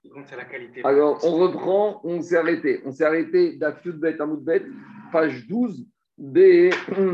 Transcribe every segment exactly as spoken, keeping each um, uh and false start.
Donc, c'est la qualité. Alors, on reprend, on s'est arrêté. On s'est arrêté d'Afiudbet à Moudbet, page douze, B,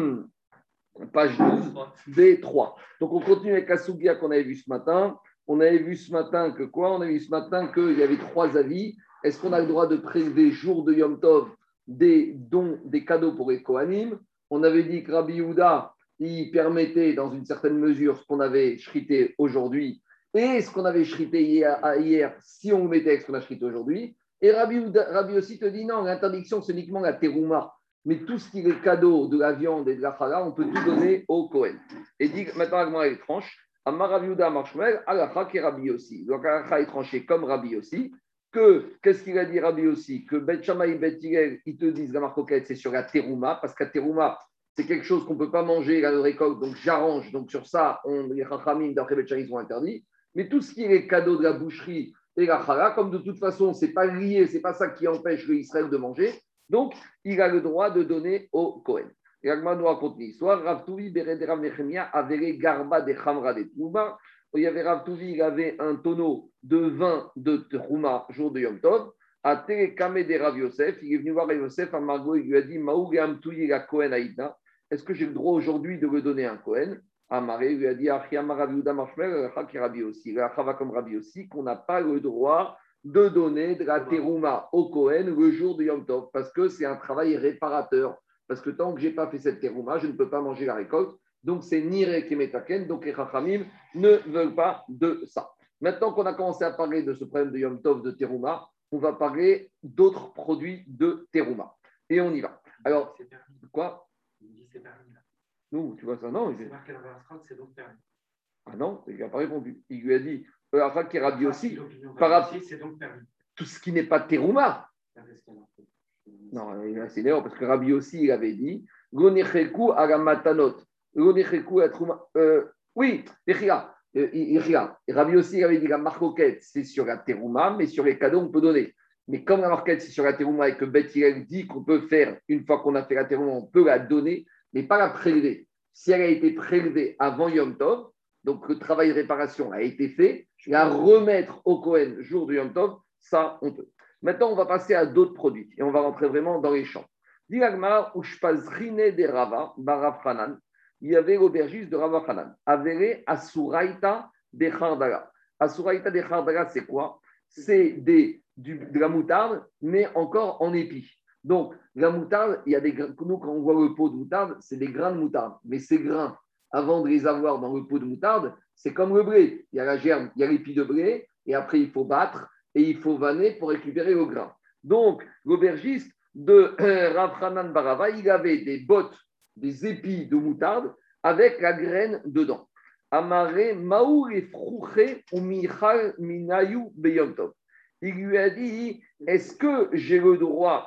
page douze, B trois. Donc, on continue avec la Sougia qu'on avait vu ce matin. On avait vu ce matin que quoi? On a vu ce matin qu'il y avait trois avis. Est-ce qu'on a le droit de prélever jour de Yom Tov des dons, des cadeaux pour les Kohanim? On avait dit que Rabbi Yehuda, il permettait dans une certaine mesure ce qu'on avait shrité aujourd'hui et ce qu'on avait shrité hier, hier si on le mettait avec ce qu'on a shrité aujourd'hui. Et Rabbi, Yehuda, Rabbi aussi te dit non, l'interdiction c'est uniquement la terouma, mais tout ce qui est cadeau de la viande et de la chala, on peut tout donner au Kohen. Et dit maintenant avec moi les tranches, Amar Rabbi Yehuda Marshmel, Alacha qui Rabbi aussi. Donc Alacha est tranché comme Rabbi aussi. Que, qu'est-ce qu'il a dit Rabbi aussi? Que Bet Shammai et Bet Hillel, ils te disent la marcoquette, c'est sur la terouma, parce que la terouma, c'est quelque chose qu'on ne peut pas manger à la récolte, donc j'arrange. Donc sur ça, on, les Chachamim, d'après Bet Shammai, ils ont interdit. Mais tout ce qui est les cadeaux de la boucherie et la chala, comme de toute façon, ce n'est pas lié, ce n'est pas ça qui empêche l'Israël de manger, donc il a le droit de donner au Kohen. Et Agma nous raconte l'histoire. Rav Touvi, Bered Rav Nechemia, Avere Garba de Chamra de Trouma. Il y avait Rav Touvi, il avait un tonneau de vin de Trouma, jour de Yom Tov. À Telekame de Rav Yosef, il est venu voir Rav Yosef à Margot, il lui a dit Maoug Amtouyi la Kohen Aïdna. Est-ce que j'ai le droit aujourd'hui de le donner à un Kohen? Amaré lui a dit Achiyama Rav Yehuda Marshmel, Chaki Rabbi aussi. Le Chava comme Rabbi aussi, qu'on n'a pas le droit de donner de la terouma au Kohen le jour de Yom Tov, parce que c'est un travail réparateur. Parce que tant que je n'ai pas fait cette terouma, je ne peux pas manger la récolte. Donc, c'est Nire Kemetaken. Donc, les Chachamim ne veulent pas de ça. Maintenant qu'on a commencé à parler de ce problème de Yom Tov de terouma, on va parler d'autres produits de terouma. Et on y va. Alors, quoi? Il dit c'est permis là. Non, tu vois ça, non. C'est marqué dans la phrase, c'est donc permis. Ah non, il n'a pas répondu. Il lui a dit, Afak qui Rabbi aussi, par rapport c'est donc permis. Tout ce qui n'est pas terouma. Non, c'est une erreur parce que Rabbi aussi, il avait dit Gonecheku agamatanot. Gonecheku atrouma. Oui, Yechia. Rabbi aussi, il avait dit la marcoquette, c'est sur la terouma, mais sur les cadeaux, on peut donner. Mais comme la marquette, c'est sur la terouma et que Beth Hillel dit qu'on peut faire, une fois qu'on a fait la terouma, on peut la donner, mais pas la prélever. Si elle a été prélevée avant Yom Tov, donc le travail de réparation a été fait, la remettre au Kohen jour du Yom Tov, ça, on peut. Maintenant, on va passer à d'autres produits et on va rentrer vraiment dans les champs. Dilagma, Ushpazrine de Rava, Barav Hanan, il y avait l'aubergiste de Rava Hanan, Avere Asuraita de Chardala. Asuraita de Chardala, c'est quoi? C'est des, du, de la moutarde, mais encore en épis. Donc, la moutarde, il y a des grains. Nous, quand on voit le pot de moutarde, c'est des grains de moutarde. Mais ces grains, avant de les avoir dans le pot de moutarde, c'est comme le blé. Il y a la germe, il y a l'épi de blé, et après, il faut battre et il faut vanner pour récupérer le grain. Donc, l'aubergiste de euh, Rav Hanan Barava, il avait des bottes, des épis de moutarde avec la graine dedans. Amare Maou et Frouché ou Michal Minayu Beyom Tov. Il lui a dit, est-ce que j'ai le droit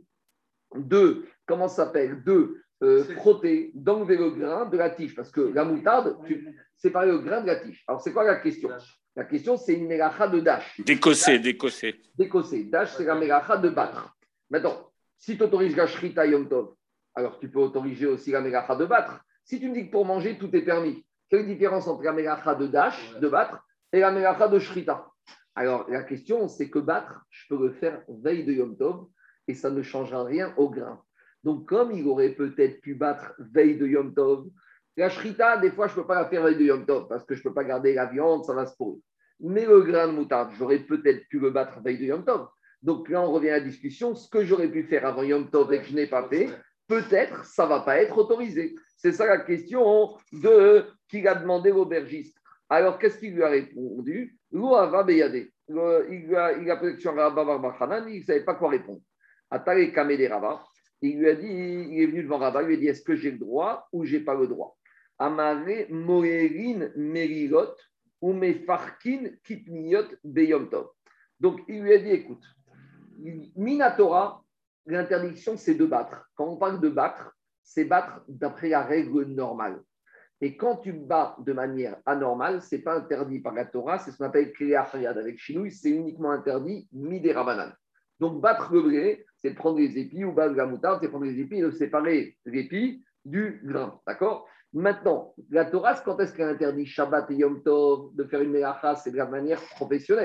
de, comment ça s'appelle, de euh, frotter, d'enlever le grain de la tige? Parce que la moutarde, tu, c'est pas le grain de la tige. Alors, c'est quoi la question? La question, c'est une mélacha de dash. D'écosser, d'écosser. D'écosser. Dash, c'est la mélacha de battre. Maintenant, si tu autorises la shrita Yom Tov, alors tu peux autoriser aussi la mélacha de battre. Si tu me dis que pour manger, tout est permis, quelle différence entre la mélacha de dash, de battre, et la mélacha de shrita? Alors, la question, c'est que battre, je peux le faire veille de Yom Tov et ça ne changera rien au grain. Donc, comme il aurait peut-être pu battre veille de Yom Tov, la shrita, des fois, je ne peux pas la faire veille de Yom Tov parce que je ne peux pas garder la viande, ça va se pourrir. Mais le grain de moutarde, j'aurais peut-être pu le battre veille de Yom Tov. Donc là, on revient à la discussion. Ce que j'aurais pu faire avant Yom Tov et que je n'ai pas fait, peut-être ça ne va pas être autorisé. C'est ça la question de qu'il a demandé l'aubergiste. Alors, qu'est-ce qu'il lui a répondu? L'Oava Beyade. Il a, il a posé question à Rabba Barbachanan, il ne savait pas quoi répondre. Atale Kamede Rava. Il lui a dit, il est venu devant Rabba, il lui a dit, est-ce que j'ai le droit ou je n'ai pas le droit? Amare Moerin Merilot ou Mefarkin Kitniot Beyom Tov. Donc, il lui a dit, écoute, Minatora, l'interdiction, c'est de battre. Quand on parle de battre, c'est battre d'après la règle normale. Et quand tu bats de manière anormale, ce n'est pas interdit par la Torah, c'est ce qu'on appelle Kriya Hayad avec Shinouï, c'est uniquement interdit Midé Rabanan. Donc, battre le blé, c'est de prendre les épis, ou battre la moutarde, c'est prendre les épis et de séparer l'épi du grain. D'accord? Maintenant, la Torah, quand est-ce qu'elle interdit Shabbat et Yom Tov de faire une mélacha? C'est de la manière professionnelle.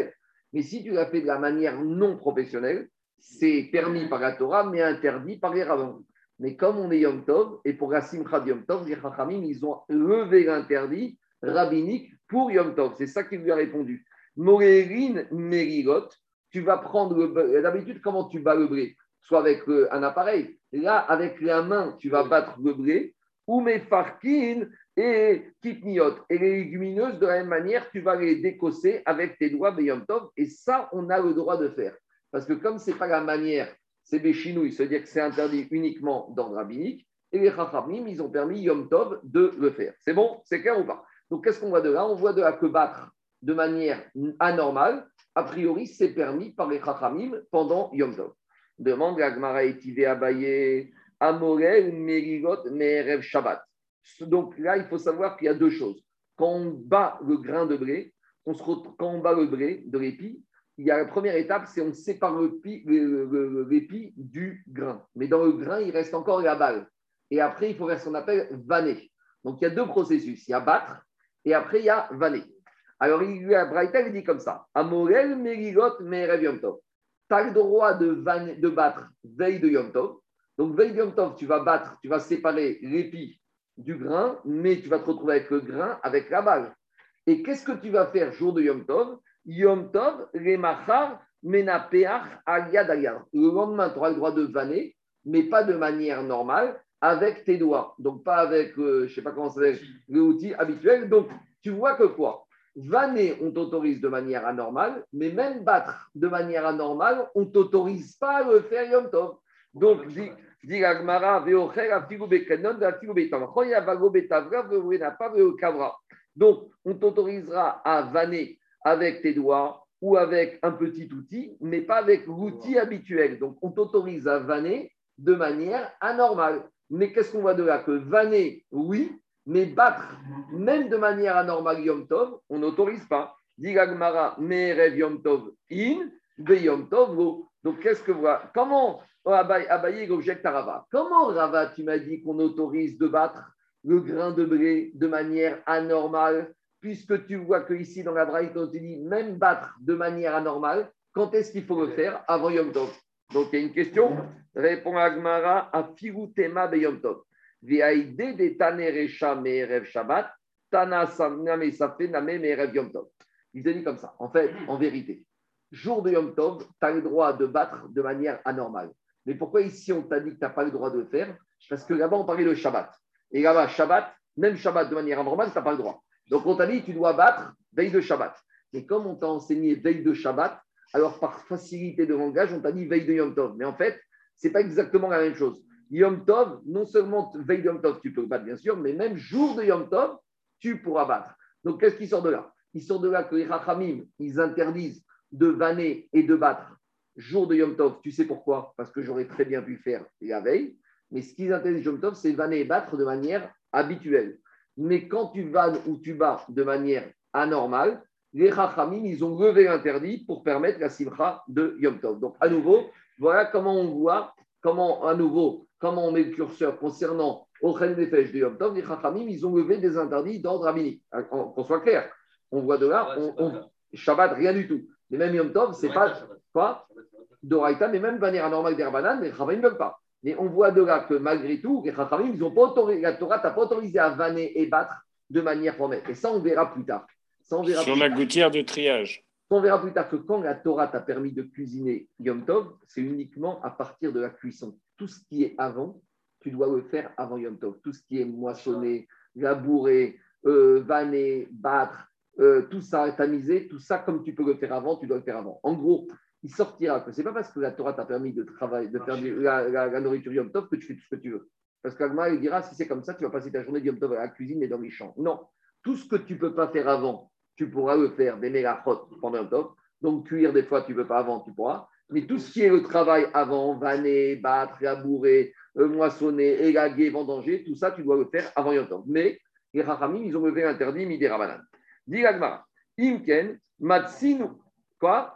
Mais si tu l'as fait de la manière non professionnelle, c'est permis par la Torah, mais interdit par les rabbins. Mais comme on est Yom Tov, et pour la Simcha de Yom Tov, les Chachamim, ils ont levé l'interdit rabbinique pour Yom Tov. C'est ça qu'il lui a répondu. Moréline Merigot, tu vas prendre le. D'habitude, comment tu bats le blé? Soit avec un appareil. Là, avec la main, tu vas battre le blé. Ou mes farkin et kitniot. Et les légumineuses, de la même manière, tu vas les décosser avec tes doigts Yom Tov. Et ça, on a le droit de faire. Parce que comme ce n'est pas la manière, c'est Béchinouille, se dire que c'est interdit uniquement dans le rabbinique, et les Chachamim, ils ont permis Yom Tov de le faire. C'est bon? C'est clair ou pas? Donc, qu'est-ce qu'on voit de là? On voit de là que battre de manière anormale, a priori, c'est permis par les Chachamim pendant Yom Tov. Demande la Gemara Etive Abaye, Amorel, Merigot, Merev Shabbat. Donc là, il faut savoir qu'il y a deux choses. Quand on bat le grain de blé, on se retrouve, quand on bat le blé de l'épi, il y a la première étape, c'est on sépare l'épi le, le, le, du grain. Mais dans le grain, il reste encore la balle. Et après, il faut faire ce qu'on appelle vanner. Donc, il y a deux processus. Il y a battre et après, il y a vanner. Alors, il lui a Braïta, il dit comme ça. Amorel, Merigot, Merev Yom Tov. Tu as le droit de, vanner, de battre veille de Yom Tov. Donc, veille de Yom Tov, tu vas battre, tu vas séparer l'épi du grain, mais tu vas te retrouver avec le grain, avec la balle. Et qu'est-ce que tu vas faire jour de Yom Tov? Yom Tov, Remachar, Menapeach, Aliad Aliad. Le lendemain, tu auras le droit de vanner, mais pas de manière normale, avec tes doigts. Donc, pas avec, euh, je ne sais pas comment ça s'appelle, l'outil habituel. Donc, tu vois que quoi? Vanner, on t'autorise de manière anormale, mais même battre de manière anormale, on ne t'autorise pas à le faire Yom Tov. Donc, dit, dit la Gemara, Veocher, Afigu Bekanon, Afigu Betam. Choya Vago Betavra, Veoena pas Veokavra. Donc, on t'autorisera à vanner avec tes doigts ou avec un petit outil, mais pas avec l'outil habituel. Donc, on t'autorise à vanner de manière anormale. Mais qu'est-ce qu'on voit de là? Que vanner, oui, mais battre, même de manière anormale, Yom Tov, on n'autorise pas. Dit la Gemara, Merev Yom Tov in, Be Yom Tov lo. Donc, qu'est-ce que voilà? Comment Abaye objecte à Rava? Comment, Rava, tu m'as dit qu'on autorise de battre le grain de blé de manière anormale, puisque tu vois qu'ici, dans la Braïta, on te dit même battre de manière anormale, quand est-ce qu'il faut le faire? Avant Yom Tov. Donc, il y a une question. Répond à Gemara, à Figutema be Yom Tov. Viaïde de Tanerecha merev Shabbat, Tana Samname Safe Name merev Yom Tov. Il te dit comme ça. En fait, en vérité, jour de Yom Tov, tu as le droit de battre de manière anormale. Mais pourquoi ici, on t'a dit que tu n'as pas le droit de le faire? Parce que là-bas, on parlait de Shabbat. Et là-bas, Shabbat, même Shabbat de manière anormale, tu n'as pas le droit. Donc, on t'a dit, tu dois battre veille de Shabbat. Mais comme on t'a enseigné veille de Shabbat, alors par facilité de langage, on t'a dit veille de Yom Tov. Mais en fait, ce n'est pas exactement la même chose. Yom Tov, non seulement veille de Yom Tov, tu peux battre, bien sûr, mais même jour de Yom Tov, tu pourras battre. Donc, qu'est-ce qui sort de là? Il sort de là que les Chachamim, ils interdisent de vanner et de battre jour de Yom Tov. Tu sais pourquoi? Parce que j'aurais très bien pu faire la veille. Mais ce qu'ils interdisent Yom Tov, c'est vanner et battre de manière habituelle. Mais quand tu vannes ou tu bats de manière anormale, les Chachamim, ils ont levé l'interdit pour permettre la simcha de Yom Tov. Donc, à nouveau, voilà comment on voit, comment, à nouveau, comment on met le curseur concernant Ochel Nefesh de Yom Tov. Les Chachamim, ils ont levé des interdits d'ordre rabbinique. Qu'on soit clair. On voit de là, on, on, Shabbat, rien du tout. Mais même Yom Tov, c'est pas. Quoi? Doraïta, mais même de manière anormale des Rabbanan, les Chachamim ne veulent pas. Mais on voit de là que malgré tout, les Chachamim, ils ont pas autorisé, la Torah t'a pas autorisé à vanner et battre de manière formelle. Et ça, on verra plus tard. Ça, on verra Sur plus la tard. gouttière de triage. On verra plus tard que quand la Torah t'a permis de cuisiner Yom Tov, c'est uniquement à partir de la cuisson. Tout ce qui est avant, tu dois le faire avant Yom Tov. Tout ce qui est moissonner, labourer, euh, vanner, battre, euh, tout ça, tamiser, tout ça, comme tu peux le faire avant, tu dois le faire avant. En gros, il sortira que ce n'est pas parce que la Torah t'a permis de travailler, de faire du, la, la, la nourriture Yom Tov que tu fais tout ce que tu veux. Parce qu'Agma, il dira, si c'est comme ça, tu vas passer ta journée de Yom Tov à la cuisine et dans les champs. Non, tout ce que tu ne peux pas faire avant, tu pourras le faire des mélachot pendant Yom Tov. Donc, cuire, des fois, tu ne peux pas avant, tu pourras. Mais tout ce qui est le travail avant, vanner, battre, labourer, euh, moissonner, élaguer, vendanger, tout ça, tu dois le faire avant Yom Tov. Mais les Chachamim, ils ont levé l'interdit, midi Rabanan. Dis l'Agma, Imken, Matsinu. Quoi?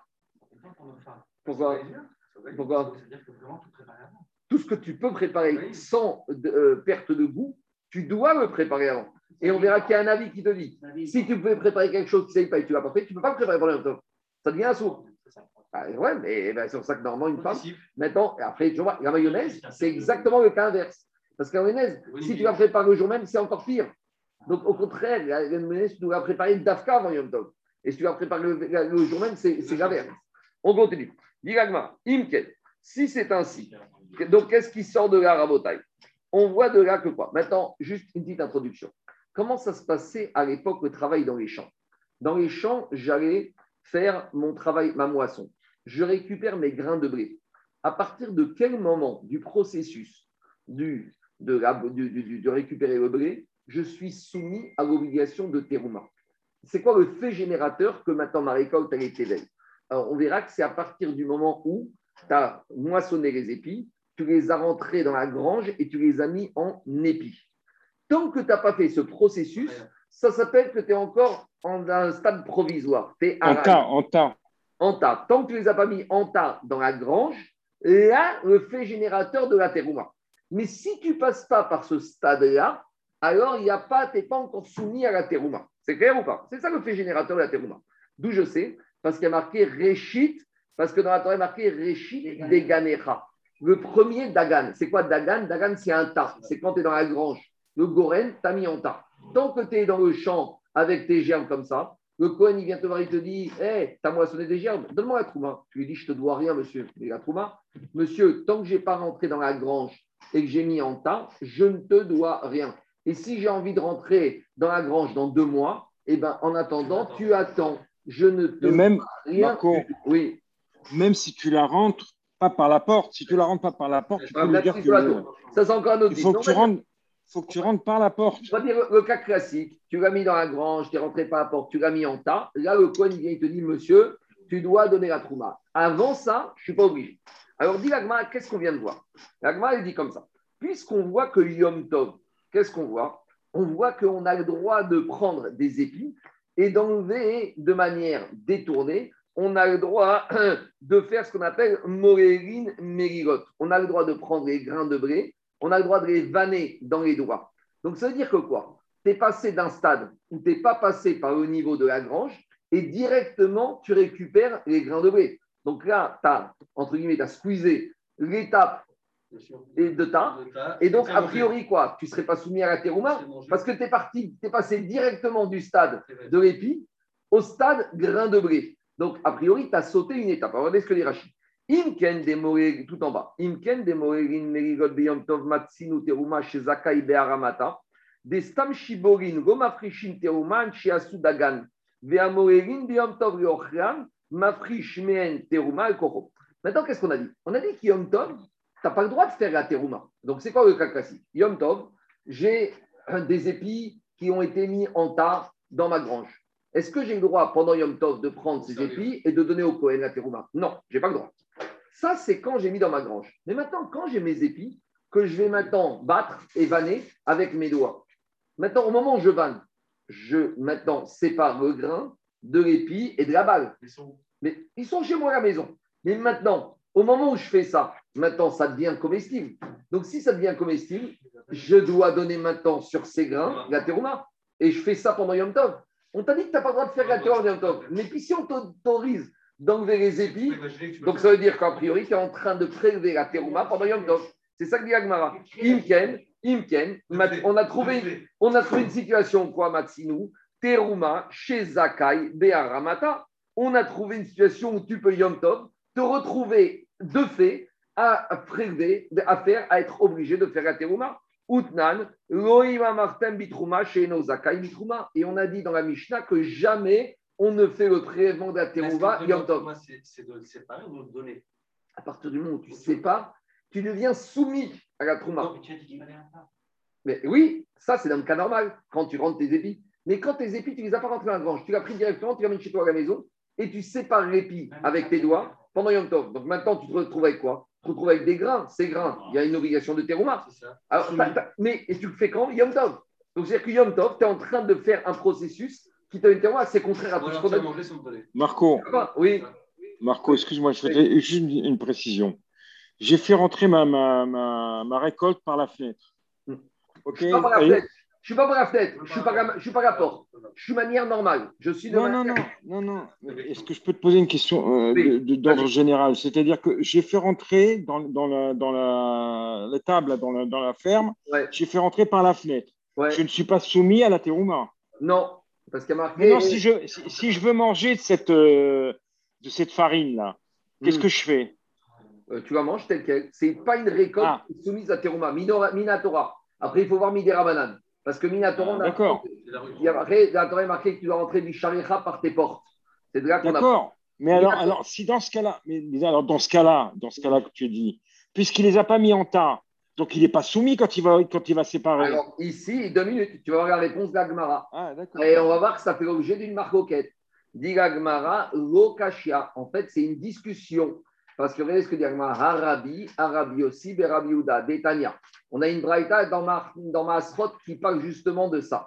Pourquoi? Pourquoi? Tout ce que tu peux préparer oui. sans de, euh, perte de goût, tu dois le préparer avant. Et on verra qu'il y a un avis qui te dit, si tu peux préparer quelque chose que tu ne sais pas et que tu ne l'as pas fait, tu ne peux pas le préparer pendant Yom Tov. Ça devient un sourd. Ah, ouais, mais ben, c'est pour ça que normalement, une femme, maintenant, après, tu vois, la mayonnaise, c'est exactement le cas inverse. Parce que la mayonnaise, si tu la prépares le jour même, c'est encore pire. Donc, au contraire, la mayonnaise, tu dois la préparer d'Afka avant Yom Tov. Et si tu la prépares le, le jour même, c'est l'inverse. On continue. Diragma, Imken, si c'est ainsi, donc qu'est-ce qui sort de là, Rabotai? On voit de là que quoi? Maintenant, juste une petite introduction. Comment ça se passait à l'époque le travail dans les champs? Dans les champs, j'allais faire mon travail, ma moisson. Je récupère mes grains de blé. À partir de quel moment du processus du, de, la, du, du, de récupérer le blé, je suis soumis à l'obligation de terouma? C'est quoi le fait générateur que maintenant ma récolte a été belle? Alors, on verra que c'est à partir du moment où tu as moissonné les épis, tu les as rentrés dans la grange et tu les as mis en épis. Tant que tu n'as pas fait ce processus, ça s'appelle que tu es encore en un stade provisoire. Tu es en tas, en tas. En tas. Tant que tu ne les as pas mis en tas dans la grange, là, le fait générateur de la terouma. Mais si tu ne passes pas par ce stade-là, alors il n'y a pas, tu n'es pas encore soumis à la terouma. C'est clair ou pas? C'est ça le fait générateur de la terouma. D'où je sais, parce qu'il y a marqué Réchit, parce que dans la Torah, il y a marqué Réchit Deganecha. Le premier Dagan. C'est quoi Dagan? Dagan, c'est un tas. C'est quand tu es dans la grange. Le Goren, tu as mis en tas. Tant que tu es dans le champ avec tes germes comme ça, le Kohen, il vient te voir, il te dit hey, tu as moissonné des gerbes, donne-moi la trouma. Tu lui dis je ne te dois rien, monsieur. Mais la trouma, monsieur, tant que je n'ai pas rentré dans la grange et que j'ai mis en tas, je ne te dois rien. Et si j'ai envie de rentrer dans la grange dans deux mois, eh ben, en attendant, tu attends. Je ne te dois même, rien. Marco, oui. Même si tu la rentres pas par la porte, si tu la rentres pas par la porte, tu peux lui dire que ça, c'est encore un autre. Il faut que tu rentres. Il faut que tu rentres par la porte. On va dire le cas classique. Tu l'as mis dans la grange, tu es rentré par la porte, tu l'as mis en tas. Là, le Kohen vient, il te dit, monsieur, tu dois donner la trouma. Avant ça, je ne suis pas obligé. Alors, dit l'Agma, qu'est-ce qu'on vient de voir? L'Agma, elle dit comme ça. Puisqu'on voit que Yom Tov, qu'est-ce qu'on voit? On voit qu'on a le droit de prendre des épis et d'enlever de manière détournée. On a le droit de faire ce qu'on appelle Moréline Mérigot. On a le droit de prendre les grains de blé. On a le droit de les vanner dans les doigts. Donc, ça veut dire que quoi? Tu es passé d'un stade où tu n'es pas passé par le niveau de la grange et directement, tu récupères les grains de blé. Donc là, tu as, entre guillemets, tu as squeezé l'étape de tas. Et donc, a priori, quoi? Tu ne serais pas soumis à la terouma parce que tu es parti, tu es passé directement du stade de l'épi au stade grain de blé. Donc, a priori, tu as sauté une étape. Regardez ce que dit Rachid. Imken des tout en bas. Imken des moregin merigot beyom tov matsinu teruma chez Zakai be'aramata. Des stam shiborin gomafrishin teruma chiasu dagan. Ve'amoregin beyom tov yochran mafrish meen teruma el koro. Maintenant, qu'est-ce qu'on a dit? On a dit qu'Yom Tov, tu n'as pas le droit de faire la terouma. Donc, c'est quoi le cas classique? Yom Tov, j'ai des épis qui ont été mis en tas dans ma grange. Est-ce que j'ai le droit, pendant Yom Tov, de prendre ces épis et de donner au Kohen la terouma? Non, je n'ai pas le droit. Ça, c'est quand j'ai mis dans ma grange. Mais maintenant, quand j'ai mes épis, que je vais maintenant battre et vanner avec mes doigts. Maintenant, au moment où je vanne, je maintenant sépare le grain de l'épi et de la balle. Ils sont... Mais ils sont chez moi à la maison. Mais maintenant, au moment où je fais ça, maintenant, ça devient comestible. Donc, si ça devient comestible, je dois donner maintenant sur ces grains la terouma. Et je fais ça pendant Yom Tov. On t'a dit que tu n'as pas le droit de faire la terouma Yom Tov. Mais puis, si on t'autorise d'enlever les épis, donc ça veut dire qu'a priori, tu es en train de prélever la terouma pendant Yom Tov. C'est ça que dit Agmara. Imken, Imken, on a trouvé, on a trouvé une situation, quoi, Matsinou, terouma, chez Zakai, Be'aramata. On a trouvé une situation où tu peux Yom Tov te retrouver de fait à prélever, à faire, à être obligé de faire la terouma. Utnan, Loïma Martin Bitrouma, chez nos Zakai Bitrouma. Et on a dit dans la Mishnah que jamais on ne fait le prélèvement de la terouma Yom Tov. C'est de le séparer ou de le donner? À partir du moment où tu ne sais pas, tu deviens soumis à la trouma. Non, mais tu as dit qu'il fallait un tas. Mais oui, ça c'est dans le cas normal, quand tu rentres tes épis. Mais quand tes épis, tu ne les as pas rentrés dans la grange, tu l'as pris directement, tu l'amènes chez toi à la maison et tu sépares l'épi avec tes doigts pendant Yom Tov. Donc maintenant, tu te retrouves avec quoi? Tu te retrouves avec des grains. Ces grains, il y a une obligation de terouma. Alors, t'as, t'as, mais et tu le fais quand? Yom Tov. Donc c'est-à-dire que Yom Tov, tu es en train de faire un processus qui t'a une terouma, c'est contraire à tout ce qu'on a dit. Marco, oui. Marco, excuse-moi, je fais juste une, une précision. J'ai fait rentrer ma, ma, ma, ma récolte par la fenêtre. Ok. Pas par la fenêtre. Je ne suis pas par la fenêtre, je ne suis pas la, je suis pas la porte. Je suis de manière normale. Je suis de Non, manière... non, non, non, non. Est-ce que je peux te poser une question euh, Oui, de- de- d'ordre vas-y. général? C'est-à-dire que j'ai fait rentrer dans, dans la, dans la, la table, là, dans la, dans la ferme, Ouais, j'ai fait rentrer par la fenêtre. Je ouais. ne suis pas soumis à la terouma. Non, parce qu'il y a Maintenant, si marqué. je, si, si je veux manger de cette, euh, de cette farine-là, qu'est-ce Hmm, que je fais? euh, tu la manges tel quel. Ce n'est pas une récolte Ah, soumise à Teruma, Minora- Minatora. Après, il faut voir Midera Banane. Parce que Minatora, ah, on apprend. d'accord, Il y a marqué, la Torah est marqué que tu dois rentrer du Sharecha par tes portes. C'est de là qu'on apprend. d'accord. Mais alors, Minatora. alors, si dans ce cas-là, mais, mais alors dans ce cas-là, dans ce cas-là que tu dis, puisqu'il les a pas mis en tas, donc il n'est pas soumis quand il va, quand il va séparer. Alors, ici, deux minutes, tu vas voir la réponse d'Agmara. Ah, d'accord. Et on va voir que ça fait l'objet d'une marcoquette. Dit Agmara, Lokashia. En fait, c'est une discussion. Parce que regardez ce que dit Agmara. Arabi, Arabi aussi, Berabi Uda, Détania. On a une braïta dans ma, dans ma Asrot qui parle justement de ça.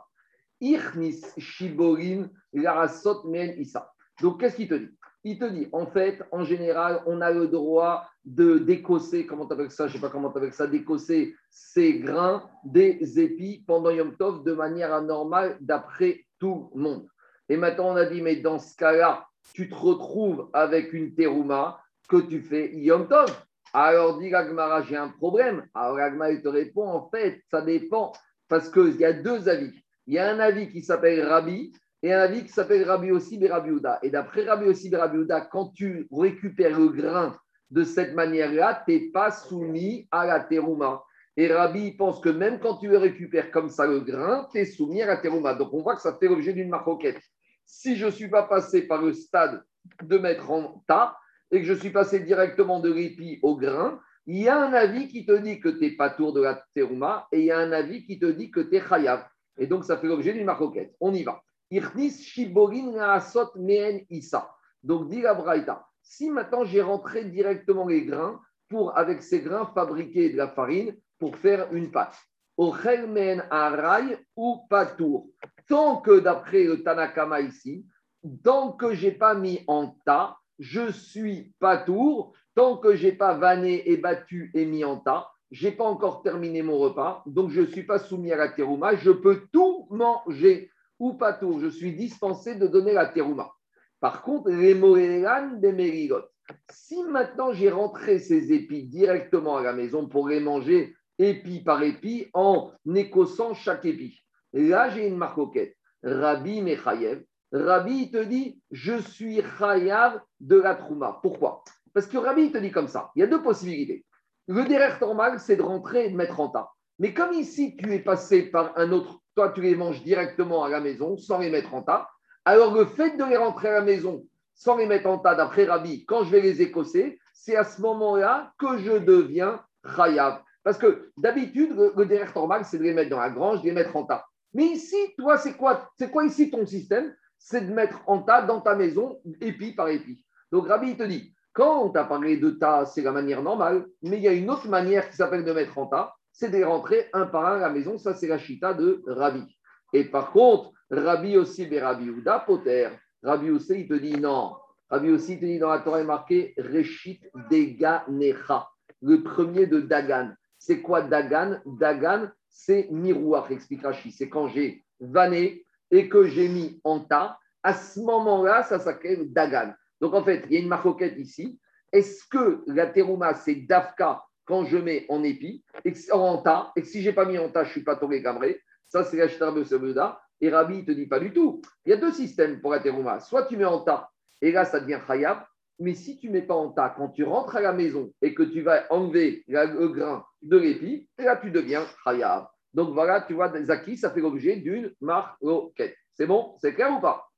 Irnis Shiborin, Larasot Men Issa. Donc, qu'est-ce qu'il te dit? Il te dit, en fait, en général, on a le droit de d'écosser, comment tu appelles ça, je ne sais pas comment tu appelles ça, d'écosser ces grains des épis pendant Yom Tov de manière anormale d'après tout le monde. Et maintenant, on a dit, mais dans ce cas-là, tu te retrouves avec une terouma que tu fais Yom Tov. Alors, dit l'Agmara, j'ai un problème. Alors, l'Agmara, il te répond, en fait, ça dépend, parce qu'il y a deux avis. Il y a un avis qui s'appelle Rabbi et un avis qui s'appelle Rabbi aussi et Rabbi Uda. Et d'après Rabbi aussi et Rabbi Uda, quand tu récupères le grain de cette manière-là, tu n'es pas soumis à la terouma. Et Rabbi pense que même quand tu le récupères comme ça le grain, tu es soumis à la terouma. Donc on voit que ça fait l'objet d'une maroquette. Si je ne suis pas passé par le stade de mettre en tas et que je suis passé directement de l'épi au grain, il y a un avis qui te dit que tu n'es pas tour de la terouma et il y a un avis qui te dit que tu es chayav. Et donc, ça fait l'objet d'une maroquette. On y va. Irnis shiborin naasot meen issa. Donc, dit la Braïta, si maintenant j'ai rentré directement les grains pour, avec ces grains, fabriquer de la farine pour faire une pâte. Ochel meen aray ou patour. Tant que, d'après le Tanakama ici, tant que je n'ai pas mis en tas, je suis patour. Tant que je n'ai pas vanné et battu et mis en tas, je n'ai pas encore terminé mon repas, donc je ne suis pas soumis à la terouma, je peux tout manger ou pas tout, je suis dispensé de donner la terouma. Par contre, les moélan des mérigotes, si maintenant j'ai rentré ces épis directement à la maison pour les manger épi par épi en écossant chaque épi, là j'ai une marcoquette. Rabbi Mechayev, Rabbi il te dit, je suis chayav de la trouma. Pourquoi? Parce que Rabbi il te dit comme ça, il y a deux possibilités. Le derrière normal, c'est de rentrer et de mettre en tas. Mais comme ici, tu es passé par un autre, toi, tu les manges directement à la maison sans les mettre en tas, alors le fait de les rentrer à la maison sans les mettre en tas, d'après Rabbi, quand je vais les écosser, c'est à ce moment-là que je deviens chayav. Parce que d'habitude, le, le derrière normal, c'est de les mettre dans la grange, de les mettre en tas. Mais ici, toi, c'est quoi, c'est quoi ici ton système? C'est de mettre en tas dans ta maison, épi par épi. Donc Rabbi, il te dit, quand on t'a parlé de tas, c'est la manière normale, mais il y a une autre manière qui s'appelle de mettre en tas, c'est de les rentrer un par un à la maison. Ça, c'est la chita de Rabbi. Et par contre, Rabbi aussi, mais Rabbi Ouda, Poter. Rabbi aussi, il te dit non. Rabbi aussi, il te dit dans la Torah, il est marqué Reshit Deganecha, le premier de Dagan. C'est quoi Dagan? Dagan, c'est miroir, explique Rashi. C'est quand j'ai vanné et que j'ai mis en tas. À ce moment-là, ça s'appelle Dagan. Donc, en fait, il y a une marcoquette ici. Est-ce que la terouma, c'est dafka quand je mets en épi, et que, en tas, et que si je n'ai pas mis en tas, je ne suis pas tombé gamré? Ça, c'est la shtar de Sebeda. Et Rabbi, il ne te dit pas du tout. Il y a deux systèmes pour la terouma. Soit tu mets en tas, et là, ça devient khayab. Mais si tu ne mets pas en tas, quand tu rentres à la maison et que tu vas enlever le grain de l'épi, et là, tu deviens khayab. Donc, voilà, tu vois, Zaki, ça fait l'objet d'une marcoquette. C'est bon? C'est clair ou pas?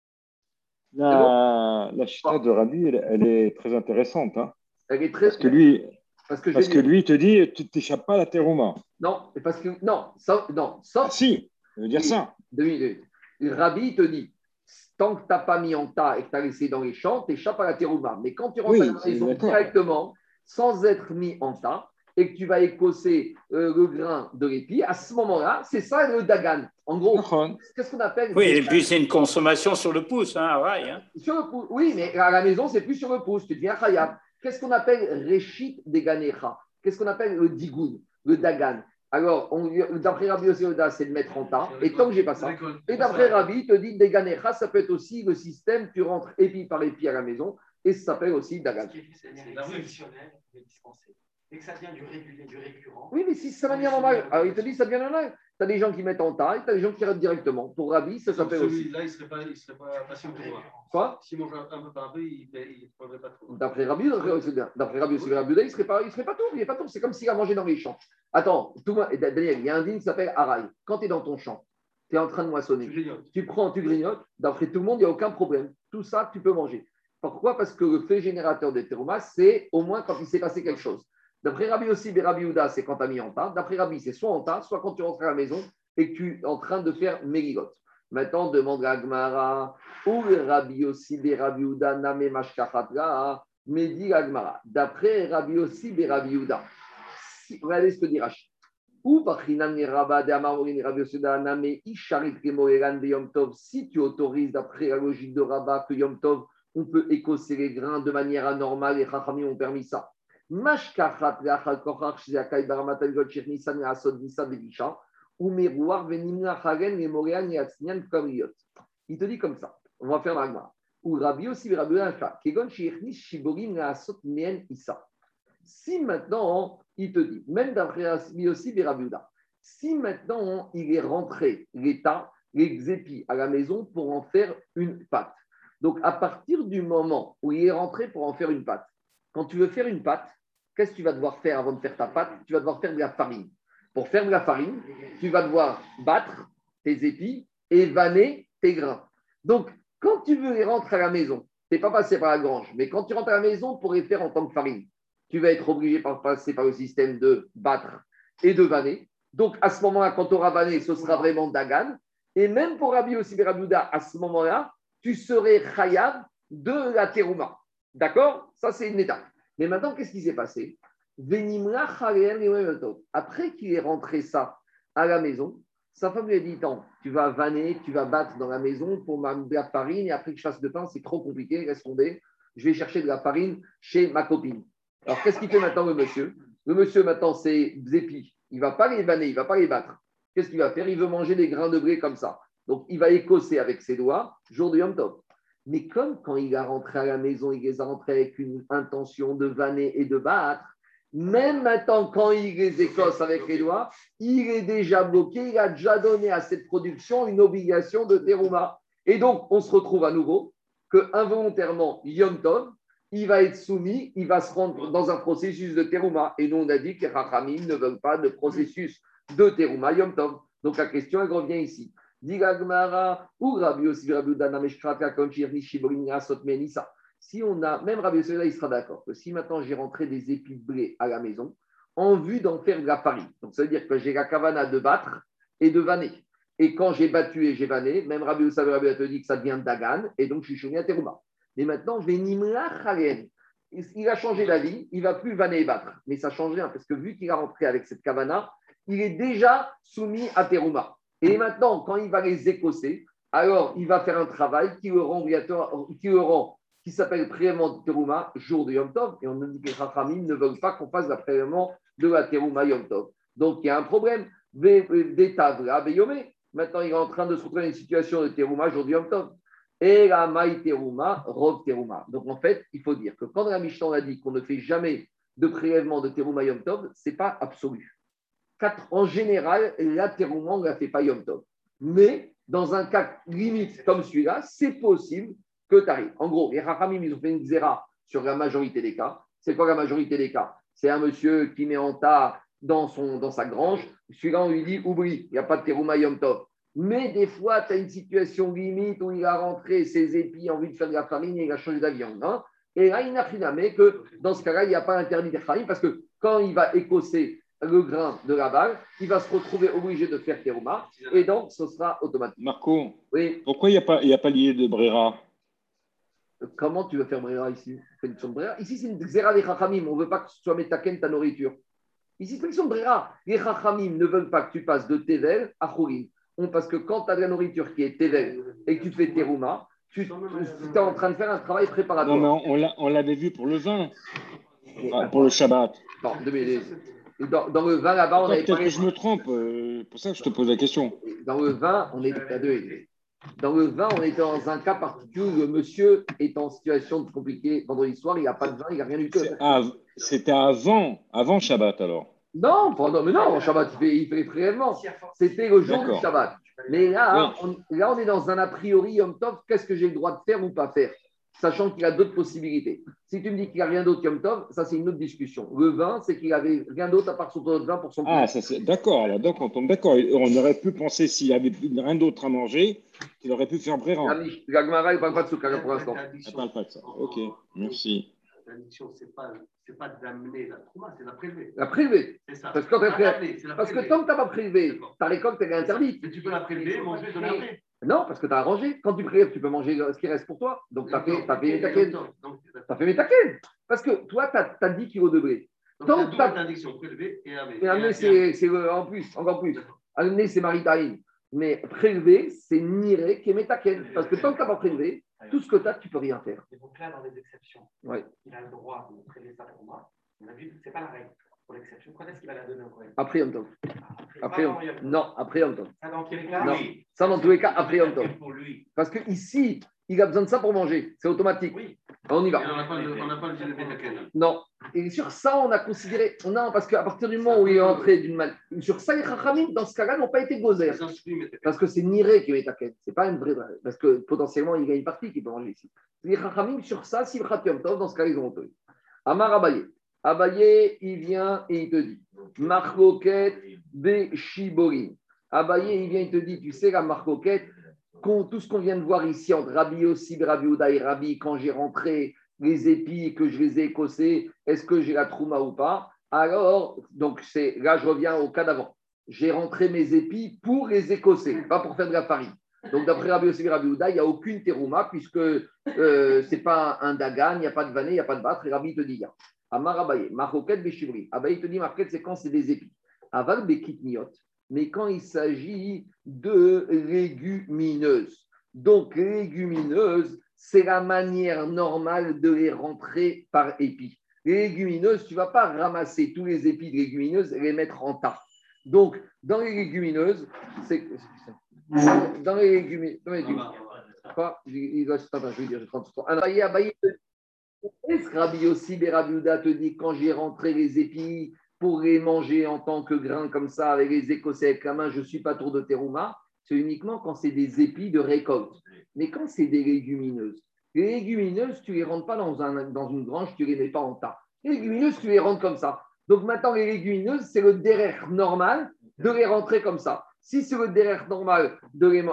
La, la chita Bon, de Rabbi, elle, elle est très intéressante. Hein, elle est très. parce que lui, Parce que je parce vais que dire. lui, il te dit, tu t'échappes pas à la terouma. Non, parce que. Non, sauf. Non, Ah sauf. si, ça veut dire Oui, ça. deux minutes. Rabbi te dit, tant que tu n'as pas mis en tas et que tu as laissé dans les champs, tu échappes à la terouma. Mais quand tu rentres à la Oui, c'est maison d'accord. directement, sans être mis en tas, et que tu vas écosser euh, le grain de l'épi, à ce moment-là, c'est ça le dagan. En gros, D'accord. qu'est-ce qu'on appelle Oui, et dagan? puis c'est une consommation sur le pouce, hein, ouais, hein. Sur le pouce. Oui, mais à la maison, c'est plus sur le pouce. Tu deviens khayab. Qu'est-ce qu'on appelle réchit des ganecha? Qu'est-ce qu'on appelle le digoun, le dagan? Alors, on- d'après Rabbi Yossi Oda, c'est de mettre en tas. Et tant que j'ai pas ça, et d'après Rabbi, il te dit Deganecha, ça peut être aussi le système, tu rentres épi par épi à la maison, et ça s'appelle aussi Dagan. Ce qui est fait, c'est exceptionnel, mais dispensé. Et que ça devient du régulier, du récurrent. Oui, mais si ça devient normal, alors il te dit ça devient normal. Tu as des gens qui mettent en tas et tu as des gens qui rentrent directement. Pour Rabbi, ça s'appelle aussi. Celui-là, il ne serait pas, il serait pas patient pour moi. Quoi? S'il mange un peu par un peu, il ne prendrait pas trop. D'après Rabbi, c'est bien. D'après Rabbi aussi, Rabbi Uda, il ne serait pas, il serait pas tout. Il est pas tout. C'est comme s'il a mangé dans les champs. Attends, tout, Daniel, il y a un dîne qui s'appelle Araï. Quand tu es dans ton champ, tu es en train de moissonner. Tu grignotes. Tu prends, tu grignotes. D'après tout le monde, il n'y a aucun problème. Tout ça, tu peux manger. Pourquoi? Parce que le fait générateur de terouma, c'est au moins quand il s'est passé quelque chose. D'après Rabbi aussi, et Rabbi Uda, c'est quand tu as mis en tas. D'après Rabbi, c'est soit en tas, soit quand tu rentres à la maison et que tu es en train de faire méligot. Maintenant, demande à Gmara, ou Rabbi aussi, et Rabbi Uda, Name Mashkachatra, Medi Gmara. D'après Rabbi aussi, et Rabbi Uda, si, regardez ce que dit Rashi. Ou Pachinam Rabba de Amamorin Rabbi Yosuda, Name Isharit Kemoeran de Yom Tov, si tu autorises d'après la logique de Rabba que Yom Tov, on peut écosser les grains de manière anormale, les Chachamim ont permis ça. Mashkachat leachal kochach shezakai baramatan god shirnisan leasod nisan devisha ou merouar venimna charen le moréan yatznian kamriot. Il te dit comme ça. On va faire l'agma. Ou Rabbi aussi Rabbi Uda kegon shirnis shiborim leasot mien issa. Si maintenant il te dit, même d'après Rabbi aussi Rabbi Uda, si maintenant il est rentré l'État, les épis à la maison pour en faire une pâte. Donc à partir du moment où il est rentré pour en faire une pâte. Quand tu veux faire une pâte, qu'est-ce que tu vas devoir faire avant de faire ta pâte? Tu vas devoir faire de la farine. Pour faire de la farine, tu vas devoir battre tes épis et vanner tes grains. Donc, quand tu veux les rentrer à la maison, tu n'es pas passé par la grange, mais quand tu rentres à la maison pour les faire en tant que farine, tu vas être obligé de passer par le système de battre et de vanner. Donc, à ce moment-là, quand tu auras vanné, ce sera vraiment Dagan. Et même pour Rabbi aussi Rabbi Uda, à ce moment-là, tu serais Chayav de la terouma. D'accord? Ça, c'est une étape. Mais maintenant, qu'est-ce qui s'est passé? Après qu'il est rentré ça à la maison, sa femme lui a dit, attends, tu vas vanner, tu vas battre dans la maison pour ma de la farine et après que je fasse de pain, c'est trop compliqué, laisse tomber. Je vais chercher de la farine chez ma copine. Alors, qu'est-ce qu'il fait maintenant le monsieur? Le monsieur, maintenant, c'est épis. Il ne va pas les vanner, il ne va pas les battre. Qu'est-ce qu'il va faire? Il veut manger des grains de blé comme ça. Donc, il va écosser avec ses doigts, jour de Yom Tov. Mais comme quand il a rentré à la maison, il les a rentrés avec une intention de vanner et de battre, même maintenant, quand il les écosse avec les doigts, il est déjà bloqué, il a déjà donné à cette production une obligation de terouma. Et donc, on se retrouve à nouveau que involontairement, Yom Tov, il va être soumis, il va se rendre dans un processus de terouma. Et nous, on a dit que les Rachamim ne veulent pas de processus de terouma Yom Tov. Donc, la question, elle revient ici. Si on a, même Rabbi Yossi, il sera d'accord que si maintenant j'ai rentré des épis de blé à la maison, en vue d'en faire de la farine, donc ça veut dire que j'ai la kavana de battre et de vanner. Et quand j'ai battu et j'ai vanné, même Rabbi Yossi te dit que ça devient dagan, et donc je suis choumi à terouma. Mais maintenant, je vais nimla chalen. Il a changé d'avis, il ne va plus vanner et battre. Mais ça change rien, parce que vu qu'il a rentré avec cette kavana, il est déjà soumis à terouma. Et maintenant, quand il va les écosser, alors il va faire un travail qui le rend, qui, le rend, qui s'appelle prélèvement de terouma, jour de Yom Tov. Et on a dit que les Chachamim ne veulent pas qu'on fasse le prélèvement de la terouma Yom Tov. Donc il y a un problème. Maintenant, il est en train de se retrouver dans une situation de terouma, jour de Yom Tov. Et la maï terouma, rov terouma. Donc en fait, il faut dire que quand la Mishnah a dit qu'on ne fait jamais de prélèvement de terouma Yom Tov, ce n'est pas absolu. En général, la terouma, on ne la fait pas Yom Tov. Mais dans un cas limite comme celui-là, c'est possible que tu arrives. En gros, les Rachamim, ils ont fait une xéra sur la majorité des cas. C'est quoi la majorité des cas? C'est un monsieur qui met en tas dans, son, dans sa grange. Celui-là, on lui dit oublie, il n'y a pas de terouma Yom Tov. Mais des fois, tu as une situation limite où il a rentré ses épis en vue de faire de la farine et il a changé d'avion. Hein, et là, il n'a rien à mais que dans ce cas-là, il n'y a pas interdit de Rachamim parce que quand il va écosser le grain de la balle, il va se retrouver obligé de faire terouma et donc ce sera automatique. Marco, oui. Pourquoi il n'y a pas, il y a pas lié de Brera? Comment tu veux faire Brera ici? C'est une Brera. Ici, c'est une xéra des Chachamim. On ne veut pas que tu sois métaken ta nourriture. Ici, c'est une Brera. Les Chachamim ne veulent pas que tu passes de Tevel à Choulin. Parce que quand tu as de la nourriture qui est Tevel et que tu te fais terouma, tu, tu es en train de faire un travail préparatoire. Non, mais on, on l'avait vu pour le vin, enfin, pour le Shabbat. Non, deux minutes. Dans, dans le vin, là-bas, on avait Peut-être parlé. que je me trompe, euh, pour ça que je te pose la question. Dans le vin, on est à deux. Dans le vin, on était dans un cas particulier où le monsieur est en situation compliquée vendredi soir, il n'a pas de vin, il n'a rien du tout. C'est av- C'était avant, avant Shabbat alors. Non, pendant, mais non, Shabbat, il fait, il fait les prélèvements. C'était le jour du D'accord. Shabbat. Mais là, Oui. on, là, on est dans un a priori Yom Tov, qu'est-ce que j'ai le droit de faire ou pas faire, sachant qu'il a d'autres possibilités. Si tu me dis qu'il n'y a rien d'autre Yom Tov, ça c'est une autre discussion. Le vin, c'est qu'il n'avait rien d'autre à part son pot de vin pour son Ah, poulet. ça c'est d'accord. Là, donc on tombe d'accord. On aurait pu penser s'il avait rien d'autre à manger, qu'il aurait pu faire Bréran. La Mich- la Gemara, il ne parle pas de Soukha pour l'instant. On ne parle pas de ça. Ok, merci. L'interdiction, ce n'est pas, c'est pas d'amener la trouma, c'est de la prélever. La prélever. C'est ça. Parce que, quand Pas t'as pré- d'amener, c'est la parce que prélever. tant que tu n'as pas prélevé, D'accord. ta récolte elle est interdite. Mais tu peux la prélever, manger, donner après. Non, parce que tu as arrangé. Quand tu prélèves, tu peux manger ce qui reste pour toi. Donc, tu as fait, t'as fait métaken. Donc, Tu as fait métaken. Parce que toi, tu as dix kilos de blé. Donc, Donc, la double t'as- interdiction, prélever et amener. Et amener, c'est c'est le- en plus, encore plus. Amener, c'est maritaïm. Mais prélever, c'est niré qui est métaken. Parce que tant que tu n'as pas prélevé, tout ce que tu as, tu ne peux rien faire. Et donc là, dans les exceptions, Ouais. il a le droit de prélever sa trouma. On a vu que ce n'est pas la règle pour l'exception. Quand est-ce qu'il va la donner au Kohen? Après Yom Tov. Après, Yom- non, après Yom Tov. Ça, dans quel cas? Non. Ça, dans tous les cas, après Yom Tov. Pour lui. Parce que ici, il a besoin de ça pour manger. C'est automatique. Oui. On y Et va. on n'a pas le on n'a pas le métaken. Non. Et sur ça, on a considéré. Non, parce qu'à partir du moment où il est entré d'une mal. Sur ça, les Chachamim, dans ce cas-là, n'ont pas été gozer. Parce que c'est Niré qui est Metaken. Ce n'est pas une vraie. Parce que potentiellement, il y a une partie qui peut manger ici. Les Chachamim, sur ça, s'il frappe Yom Tov, dans ce cas, ils ont autorisé. Amar Abaye. Abaye, il vient et il te dit Marcoquette de Shiborim. Abaye, il vient et il te dit tu sais, la Marcoquette, tout ce qu'on vient de voir ici entre Rabbi Yossi, Rabbi Ouda et Rabbi, quand j'ai rentré les épis et que je les ai écossés, est-ce que j'ai la trouma ou pas? Alors, donc c'est, là, je reviens au cas d'avant. J'ai rentré mes épis pour les écosser, pas pour faire de la farine. Donc, d'après Rabbi Yossi et Rabbi Ouda, il n'y a aucune terouma puisque euh, ce n'est pas un dagan, il n'y a pas de vané, il n'y a pas de battre. Et Rabbi te dit, il y a. Amar Abaye, Maroket Beshivri. Abaye te dit, Marquette, c'est quand c'est des épis. Aval Bekitniot. Mais quand il s'agit de légumineuses. Donc, légumineuses, c'est la manière normale de les rentrer par épis. Les légumineuses, tu ne vas pas ramasser tous les épis de légumineuses et les mettre en tas. Donc, dans les légumineuses, c'est. Dans les légumineuses. Dans les légumineuses. Quoi? Il doit. Attends, je vais dire, je trente secondes. Abaye, Abaye. Est-ce que Rabbi Yossi et Rabbi Ouda te dit quand j'ai rentré les épis pour les manger en tant que grains comme ça, avec les écossais avec la main, je ne suis pas tour de terouma? C'est uniquement quand c'est des épis de récolte. Mais quand c'est des légumineuses, les légumineuses, tu ne les rentres pas dans, un, dans une grange, tu ne les mets pas en tas. Les légumineuses, tu les rentres comme ça. Donc maintenant, les légumineuses, c'est le derrière normal de les rentrer comme ça. Si c'est le derrière normal de les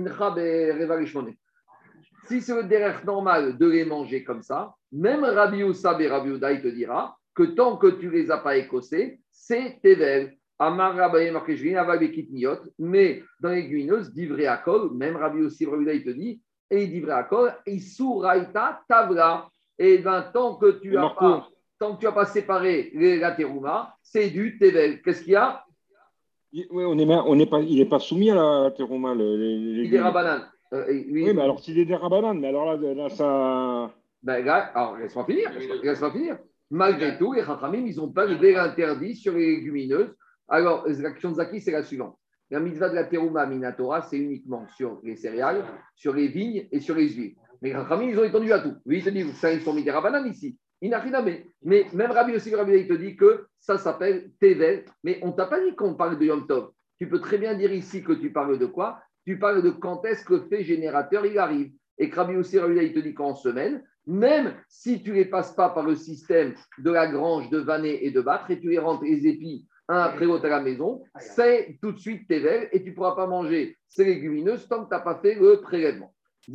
manger, si c'est le derrière normal de les manger comme ça, même Rabbi Oussab et Rabbi Ouda, il te dira que tant que tu ne les as pas écossés, c'est Tevel. Amar Rabbi Markejvin, Aval Bekitniot, mais dans les légumineuses, divré à kol, même Rabbi aussi, Rabbi Ouda, il te dit, et divré à kol, Isuraita Tavla. Et bien, tant que tu n'as pas, tant que tu as pas séparé les, la terouma, c'est du Tevel. Qu'est-ce qu'il y a? Oui, on est, on est pas, il n'est pas soumis à la terouma. Le, les, les Il est rabanan. Euh, oui, oui, mais alors s'il est des rabanan, mais alors là, là ça. Ben là, alors laisse-moi finir. Laisse-moi finir. Malgré tout, les Chachamim, ils n'ont pas levé l'interdit sur les légumineuses. Alors, l'action de Zaki, c'est la suivante. La mitzvah de la terouma minatora, c'est uniquement sur les céréales, sur les vignes et sur les huiles. Mais les Chachamim, ils ont étendu à tout. Oui, ils te disent, ça, ils sont mis des rabanan ici. Il n'a rien à mettre. Mais même Rabbi aussi, Rabbi, il te dit que ça s'appelle Tevel. Mais on ne t'a pas dit qu'on parle de Yom Tov. Tu peux très bien dire ici que tu parles de quoi? Tu parles de quand est-ce que le fait générateur il arrive. Et que Rabbi aussi, Rabbi, il te dit qu'en semaine, même si tu ne les passes pas par le système de la grange, de vanner et de battre, et tu les rentres les épis un après l'autre à la maison, c'est tout de suite Tevel et tu ne pourras pas manger ces légumineuses tant que tu n'as pas fait le prélèvement.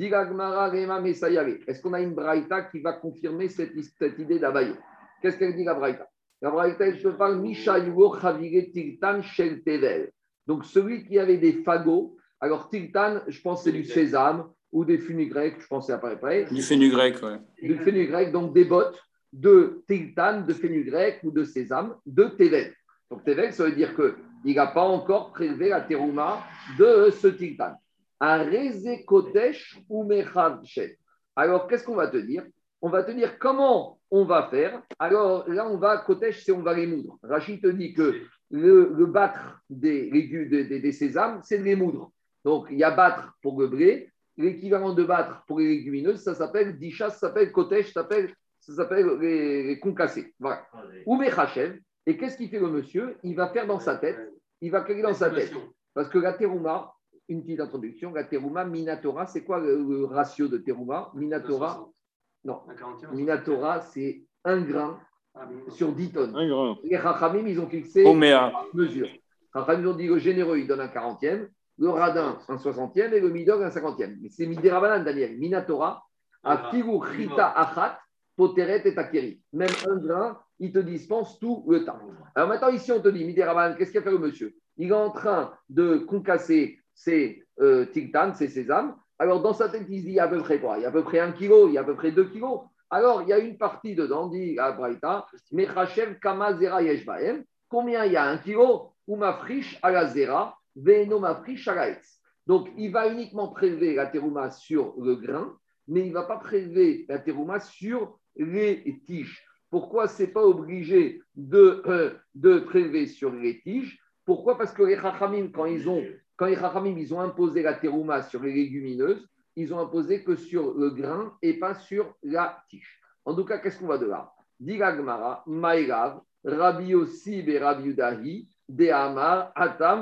Est-ce qu'on a une braïta qui va confirmer cette, cette idée d'Abaye? Qu'est-ce qu'elle dit la braïta? La braïta, elle te parle Mishaïwo Chavire Tiltan Shel Tevel. Donc celui qui avait des fagots, alors Tiltan, je pense que c'est du sésame ou des fenugrec, je pense que c'est à peu près. Du fenugrec, oui. Du fenugrec, donc des bottes de Tiltan, de fenugrec ou de sésame, de Tevel. Donc Tevel, ça veut dire qu'il n'a pas encore prélevé la terouma de ce Tiltan. Un Rezé Kotesh ou Mechad Shet. Alors, qu'est-ce qu'on va te dire? on va te dire comment on va faire. Alors là, on va, Kotesh, c'est on va les moudre. Rachid te dit que le, le battre des, légumes, des, des, des sésames, c'est de les moudre. Donc, il y a battre pour le blé. L'équivalent de battre pour les légumineuses, ça s'appelle Disha, ça s'appelle Kotesh, ça s'appelle, ça s'appelle les, les concassés. Voilà. Ou Mechachev. Et qu'est-ce qu'il fait le monsieur? Il va faire dans sa tête, il va créer dans sa tête. Parce que la terouma, une petite introduction, la terouma, Minatora, c'est quoi le, le ratio de terouma? Minatora, non. Minatora, c'est un grain sur dix tonnes. Un grain. Les Chachamim, ils ont fixé Oméa. mesure. Chachamim, ils ont dit le généreux, il donne un quarantième, le radin, un soixantième, et le midog, un cinquantième. Mais c'est Midirabanan, Daniel. Minatora, a figu chita achat, poteret et takeri. Même un grain, il te dispense tout le temps. Alors maintenant, ici, on te dit, Midirabanan, qu'est-ce qu'il a fait le monsieur? Il est en train de concasser ses euh, tigtanes, ses sésames. Alors, dans sa tête, il se dit, il y a à peu près quoi? Il y a à peu près un kilo, il y a à peu près deux kilos. Alors, il y a une partie dedans, dit à Braïta, Mechachev Kama Zera Yeshbaem. Combien il y a? Un kilo? Ou ma friche à la Zera, Veno ma friche à la Etz. Donc, il va uniquement prélever la terouma sur le grain, mais il ne va pas prélever la terouma sur les tiges. Pourquoi ce n'est pas obligé de, euh, de prélever sur les tiges? Pourquoi? Parce que les Chachamim, quand ils ont, quand les Chachamim, ils ont imposé la terouma sur les légumineuses, ils ont imposé que sur le grain et pas sur la tige. En tout cas, qu'est-ce qu'on va de là? Digagmara, Maïrav, Rabbi Yossi et Rabbi Yudahi, De Amar, Atam,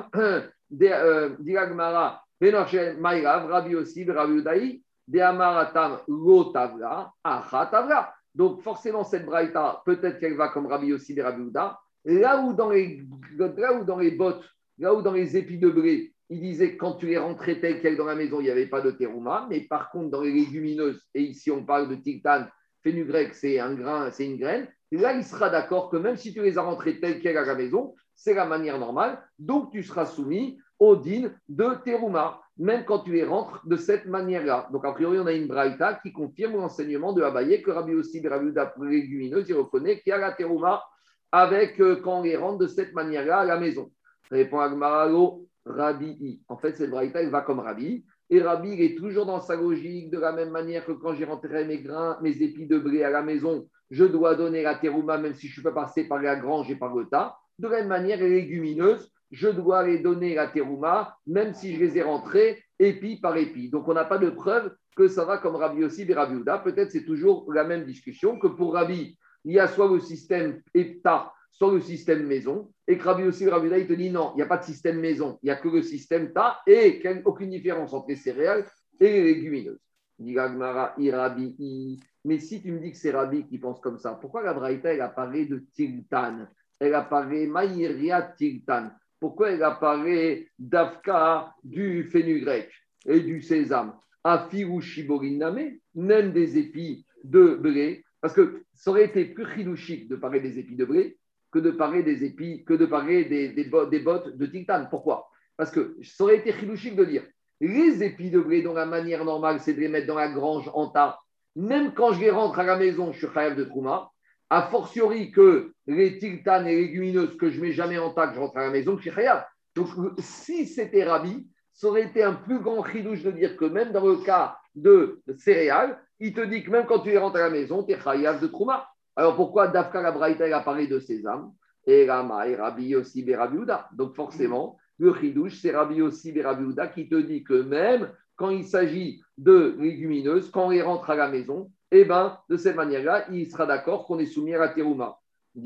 Digagmara, Maïrav, Rabbi Yossi et Rabbi Yudahi, De Amar, Atam, Lo Tavla, Acha Tavla. Donc, forcément, cette braïta, peut-être qu'elle va comme Rabbi Yossi et Rabbi Yudahi. Là où, dans les, là où dans les bottes, là où dans les épis de blé, il disait que quand tu les rentrais telles quelles dans la maison, il n'y avait pas de terouma, mais par contre, dans les légumineuses, et ici on parle de tigtane, fenugrec, c'est un grain, c'est une graine, là il sera d'accord que même si tu les as rentrées telles quelles à la maison, c'est la manière normale, donc tu seras soumis au din de terouma, même quand tu les rentres de cette manière-là. Donc a priori, on a une braïta qui confirme l'enseignement de Abaye que Rabbi aussi, Rabbi Uda pour les légumineuses, il reconnaît qu'il y a la terouma avec euh, quand on les rentre de cette manière-là à la maison. Répond Agmaralo, Rabbi. En fait, cette braïta, elle va comme Rabbi. Et Rabbi, il est toujours dans sa logique, de la même manière que quand j'ai rentré mes grains, mes épis de blé à la maison, je dois donner la terouma, même si je ne peux pas passer par la grange et par le tas. De la même manière, les légumineuses, je dois les donner la terouma, même si je les ai rentrées épi par épi. Donc, on n'a pas de preuve que ça va comme Rabbi aussi et Rabbi Uda. Peut-être c'est toujours la même discussion que pour Rabbi, il y a soit le système EPTA, soit le système maison, et que Rabbi aussi et Rabbi Uda, il te dit non, il n'y a pas de système maison, il n'y a que le système T A, et aucune différence entre les céréales et les légumineuses. Mais si tu me dis que c'est Rabbi qui pense comme ça, pourquoi la Braïta, elle apparaît de Tiltan? Elle apparaît Maïria Tiltan. Pourquoi elle apparaît d'Afka du fenugrec et du sésame? Afiru Shiboriname, même des épis de blé, parce que ça aurait été plus chilouchique de parler des épis de blé que de parler des épis, que de parler des, des, des bottes de Tiltan. Pourquoi? Parce que ça aurait été chilouchique de dire les épis de blé, dont la manière normale, c'est de les mettre dans la grange en tas. Même quand je les rentre à la maison, je suis chayav de trouma. A fortiori que les tiltanes et les légumineuses que je ne mets jamais en tas, que je rentre à la maison, je suis chayav. Donc, si c'était Rabbi, ça aurait été un plus grand chidouche de dire que même dans le cas de céréales, il te dit que même quand tu les rentres à la maison, tu es chayav de trouma. Alors, pourquoi Dafka la Braïta a parlé de sésame et Rama et Rabbi aussi et Rabbi Uda? Donc, forcément, le chidouche, c'est Rabbi aussi et Rabbi Uda qui te dit que même quand il s'agit de légumineuses, quand on les rentre à la maison, eh bien, de cette manière-là, il sera d'accord qu'on est soumis à la terouma.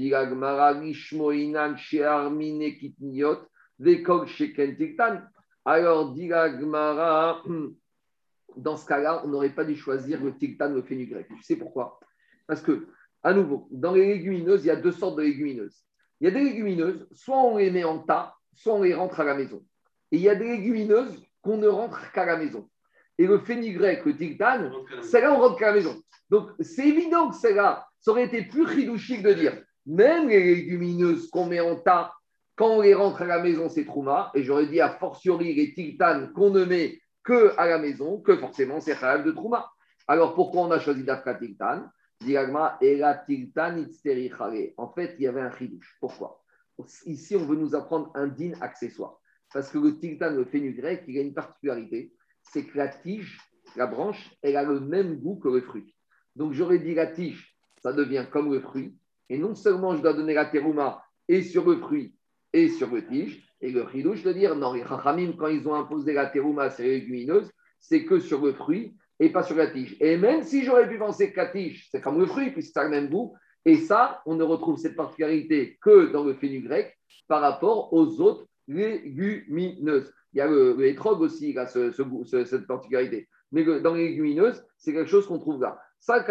Alors, dit la Gemara, dans ce cas-là, on n'aurait pas dû choisir le tiltan, le fenugrec. Tu sais pourquoi? Parce que, à nouveau, dans les légumineuses, il y a deux sortes de légumineuses. Il y a des légumineuses, soit on les met en tas, soit on les rentre à la maison. Et il y a des légumineuses qu'on ne rentre qu'à la maison. Et le fenugrec, le tiltan, celle-là, on rentre qu'à la maison. Donc, c'est évident que celle-là, ça aurait été plus chidouchique de dire, même les légumineuses qu'on met en tas, quand on les rentre à la maison, c'est trouma. Et j'aurais dit, a fortiori, les tiltanes qu'on ne met qu'à la maison, que forcément, c'est chayav de trouma. Alors, pourquoi on a choisi d'Afka tiltan? En fait, il y avait un chidouche. Pourquoi? Ici, on veut nous apprendre un din accessoire. Parce que le tiltan, le fenugrec, il a une particularité, c'est que la tige, la branche, elle a le même goût que le fruit. Donc j'aurais dit la tige, ça devient comme le fruit. Et non seulement je dois donner la terouma et sur le fruit et sur le tige, et le chidouche de dire non, les chachamim, quand ils ont imposé la terouma sur les légumineuses, c'est que sur le fruit et pas sur la tige. Et même si j'aurais pu penser que la tige, c'est comme le fruit, puisque ça a le même goût, et ça, on ne retrouve cette particularité que dans le fenugrec par rapport aux autres légumineuses. Il y a le, le hétrog aussi, là, ce, ce, ce, cette particularité. Mais le, dans les légumineuses, c'est quelque chose qu'on trouve là.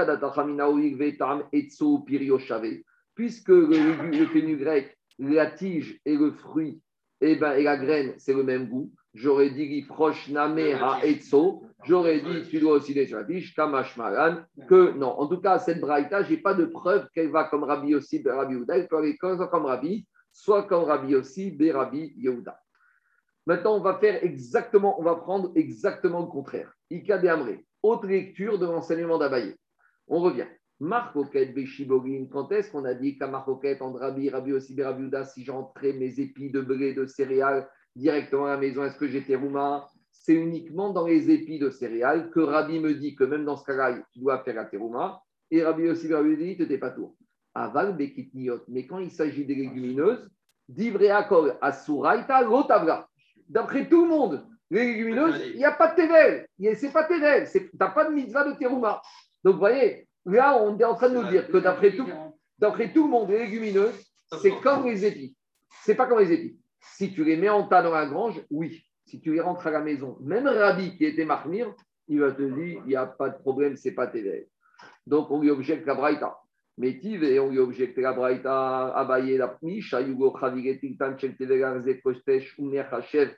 Puisque le, le fenugrec, la tige et le fruit et, ben, et la graine, c'est le même goût, j'aurais dit l'ifrosh nameha etso, j'aurais dit tu dois aussi sur la tige, kamash malan, que non. En tout cas, cette braïta, je n'ai pas de preuve qu'elle va comme Rabbi Yossi, Rabbi Yehuda, elle peut aller soit comme Rabbi, soit comme Rabbi Yossi, Rabbi Yehuda. Maintenant, on va faire exactement, on va prendre exactement le contraire. Ika de Amré, autre lecture de l'enseignement d'Abaye. On revient. Marcoquette Béchiborin, quand est-ce qu'on a dit qu'à Marcoquette, entre Rabbi, Rabbi Yossi, Rabbi Yehuda, si j'entrais mes épis de blé, de céréales directement à la maison, est-ce que j'étais Rouma? C'est uniquement dans les épis de céréales que Rabbi me dit que même dans ce cas-là, tu dois faire la terouma. Et Rabbi Yossi, Rabbi Yehuda, tu n'étais pas tour. Aval Bekitniot. Mais quand il s'agit des légumineuses, d'Ivreakol Asuraita Lotavra. D'après tout le monde, les légumineuses, il n'y a pas de tevel. Ce n'est pas tevel. Tu n'as pas de mitzvah de terouma. Donc, vous voyez, là, on est en train de nous dire que d'après tout, d'après tout le monde, les légumineuses, c'est comme les épis. Ce n'est pas comme les épis. Si tu les mets en tas dans la grange, oui. Si tu les rentres à la maison, même Rabbi qui était marmire, il va te dire, il n'y a pas de problème, ce n'est pas tevel. Donc, on lui objecte la braïta. Métive, et on lui objecte la braïta, abaye la pnicha, yugo chavigetik tan chel tevegar ze kostesh, uner hachev,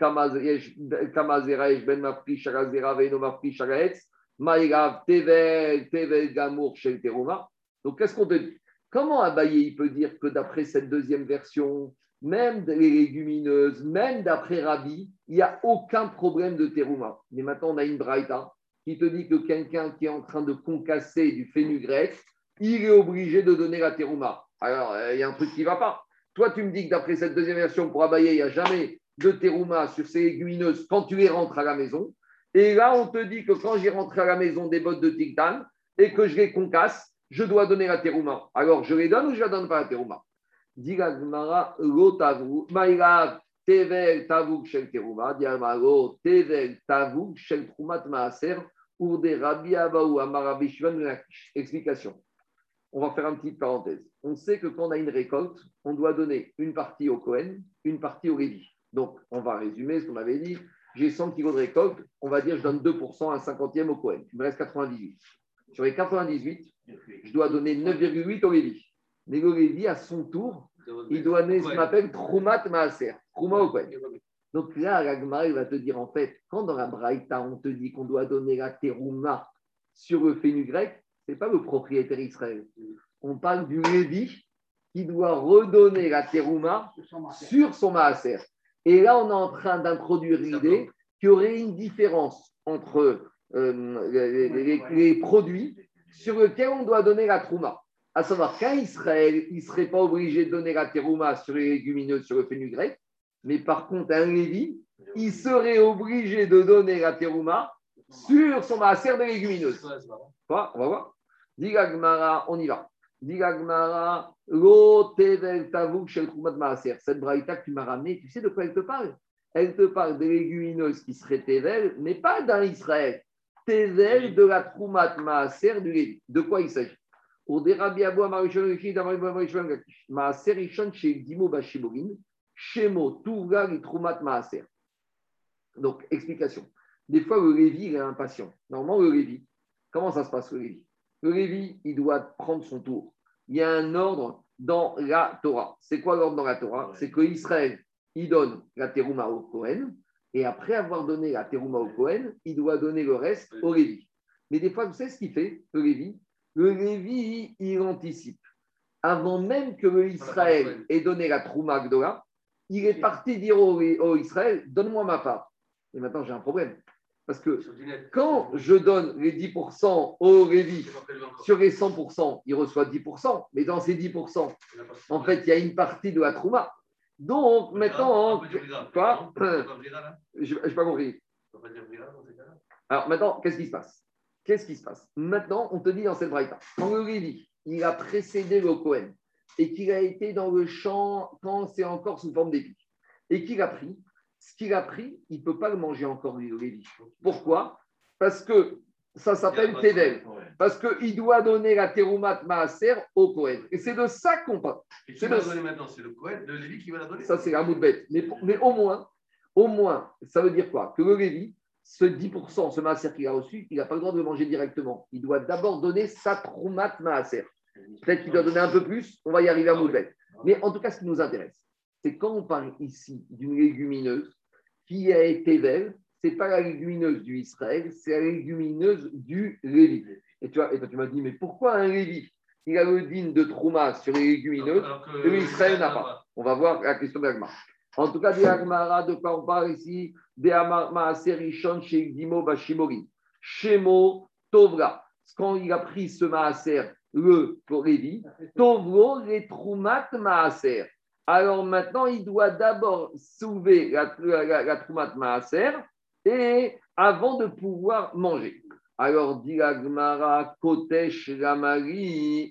kamazeraesh ben mafri shagazera veino mafri shagaetz, maïgav tevel, tevel gamour shel teruma. Donc, qu'est-ce qu'on te dit? Comment Abaye il peut dire que d'après cette deuxième version, même les légumineuses, même d'après Rabbi, il n'y a aucun problème de terouma? Mais maintenant, on a une braïta qui te dit que quelqu'un qui est en train de concasser du fenugrec, il est obligé de donner la terouma. Alors, il y a un truc qui ne va pas. Toi, tu me dis que d'après cette deuxième version, pour Abaye, il n'y a jamais de terouma sur ces légumineuses quand tu les rentres à la maison. Et là, on te dit que quand j'ai rentré à la maison des bottes de tigtan et que je les concasse, je dois donner la terouma. Alors, je les donne ou je ne la donne pas la terouma? Diga Gmara, lo tavu, maïla tevel tavuk shel terouma, diamaro tevel tavuk shel trumat maaser, urde rabbi abaou amarabi shivan lakish. Explication. On va faire une petite parenthèse. On sait que quand on a une récolte, on doit donner une partie au Kohen, une partie au Lévi. Donc, on va résumer ce qu'on avait dit. J'ai cent kilos de récolte, on va dire je donne deux pour cent, un cinquantième au Kohen. Il me reste quatre-vingt-dix-huit. Sur les quatre-vingt-dix-huit, je dois donner neuf virgule huit au Lévi. Mais le Lévi, à son tour, il doit donner ce qu'on appelle Troumat Maaser, Trouma au Kohen. Donc là, la Gemara va te dire, en fait, quand dans la Braïta, on te dit qu'on doit donner la terouma sur le fenugrec, ce n'est pas le propriétaire Israël. On parle du Lévi qui doit redonner la terouma sur son Maaser. Et là, on est en train d'introduire l'idée qu'il y aurait une différence entre euh, les, les, les produits sur lesquels on doit donner la trouma. À savoir qu'un Israël, il ne serait pas obligé de donner la terouma sur les légumineuses, sur le fenugrec, mais par contre, un Lévi, il serait obligé de donner la terouma sur son maaser de légumineuses. Quoi? On va voir. Diga Gmara, on y va. Diga Gmara, lo tevel tavuk shel trumat maaser. Cette braïta que tu m'as ramenée, tu sais de quoi elle te parle? Elle te parle des légumineuses qui seraient tevel, mais pas d'un Israël. Tevel de la trumat maaser du Lévi. De quoi il s'agit? Donc, explication. Des fois, le Lévi, il est impatient. Normalement, le Lévi, comment ça se passe, le Lévi? Le Lévi, il doit prendre son tour. Il y a un ordre dans la Torah. C'est quoi l'ordre dans la Torah? C'est que Israël, il donne la terouma au Kohen, et après avoir donné la terouma au Kohen, il doit donner le reste au Lévi. Mais des fois, vous savez ce qu'il fait, le Lévi? Le Lévi, il anticipe. Avant même que le Israël ait donné la Trouma Gdola, il est parti dire au, au Israël, donne-moi ma part. Et maintenant, j'ai un problème. Parce que quand je donne les dix pour cent au Lévi, sur les cent pour cent, il reçoit dix pour cent. Mais dans ces dix pour cent, en fait, il y a une partie de la Trouma. Donc, maintenant, quoi? Je n'ai pas compris. Alors, maintenant, qu'est-ce qui se passe? qu'est-ce qui se passe? Maintenant, on te dit dans cette braïta, quand le Lévi, il a précédé le Cohen et qu'il a été dans le champ quand c'est encore sous forme d'épi et qu'il a pris, ce qu'il a pris, il ne peut pas le manger encore, le Lévi. Pourquoi? Parce que ça s'appelle Tevel. Parce qu'il doit donner la Terumat Maaser au Cohen. Et c'est de ça qu'on parle. Et qui C'est va de... la donner maintenant? C'est le Cohen, le Lévi qui va la donner? Ça, c'est la moudbête. Mais, mais au moins, au moins, ça veut dire quoi? Que le Lévi, ce dix pour cent, ce Maaser qu'il a reçu, il n'a pas le droit de le manger directement. Il doit d'abord donner sa Terumat Maaser. Peut-être qu'il doit donner un peu plus, on va y arriver à moudbête. Mais en tout cas, ce qui nous intéresse, c'est quand on parle ici d'une légumineuse qui a été belle, ce n'est pas la légumineuse du Israël, c'est la légumineuse du Lévi. Et, tu vois, et toi, tu m'as dit, mais pourquoi un Lévi, il a le digne de Trouma sur les légumineuses, et l'Israël n'a pas? On va voir la question de l'Agmara. En tout cas, des Agmara, de quoi on parle ici? Des Maaser Rishon chez Dimo Bashimori. Shemo Tovra. Quand il a pris ce Maaser, le Lévi, Tovro les Troumat Maaser. Alors maintenant, il doit d'abord soulever la, la, la, la Troumat Maaser et avant de pouvoir manger. Alors, dit la Gemara, Kotesh Ramari.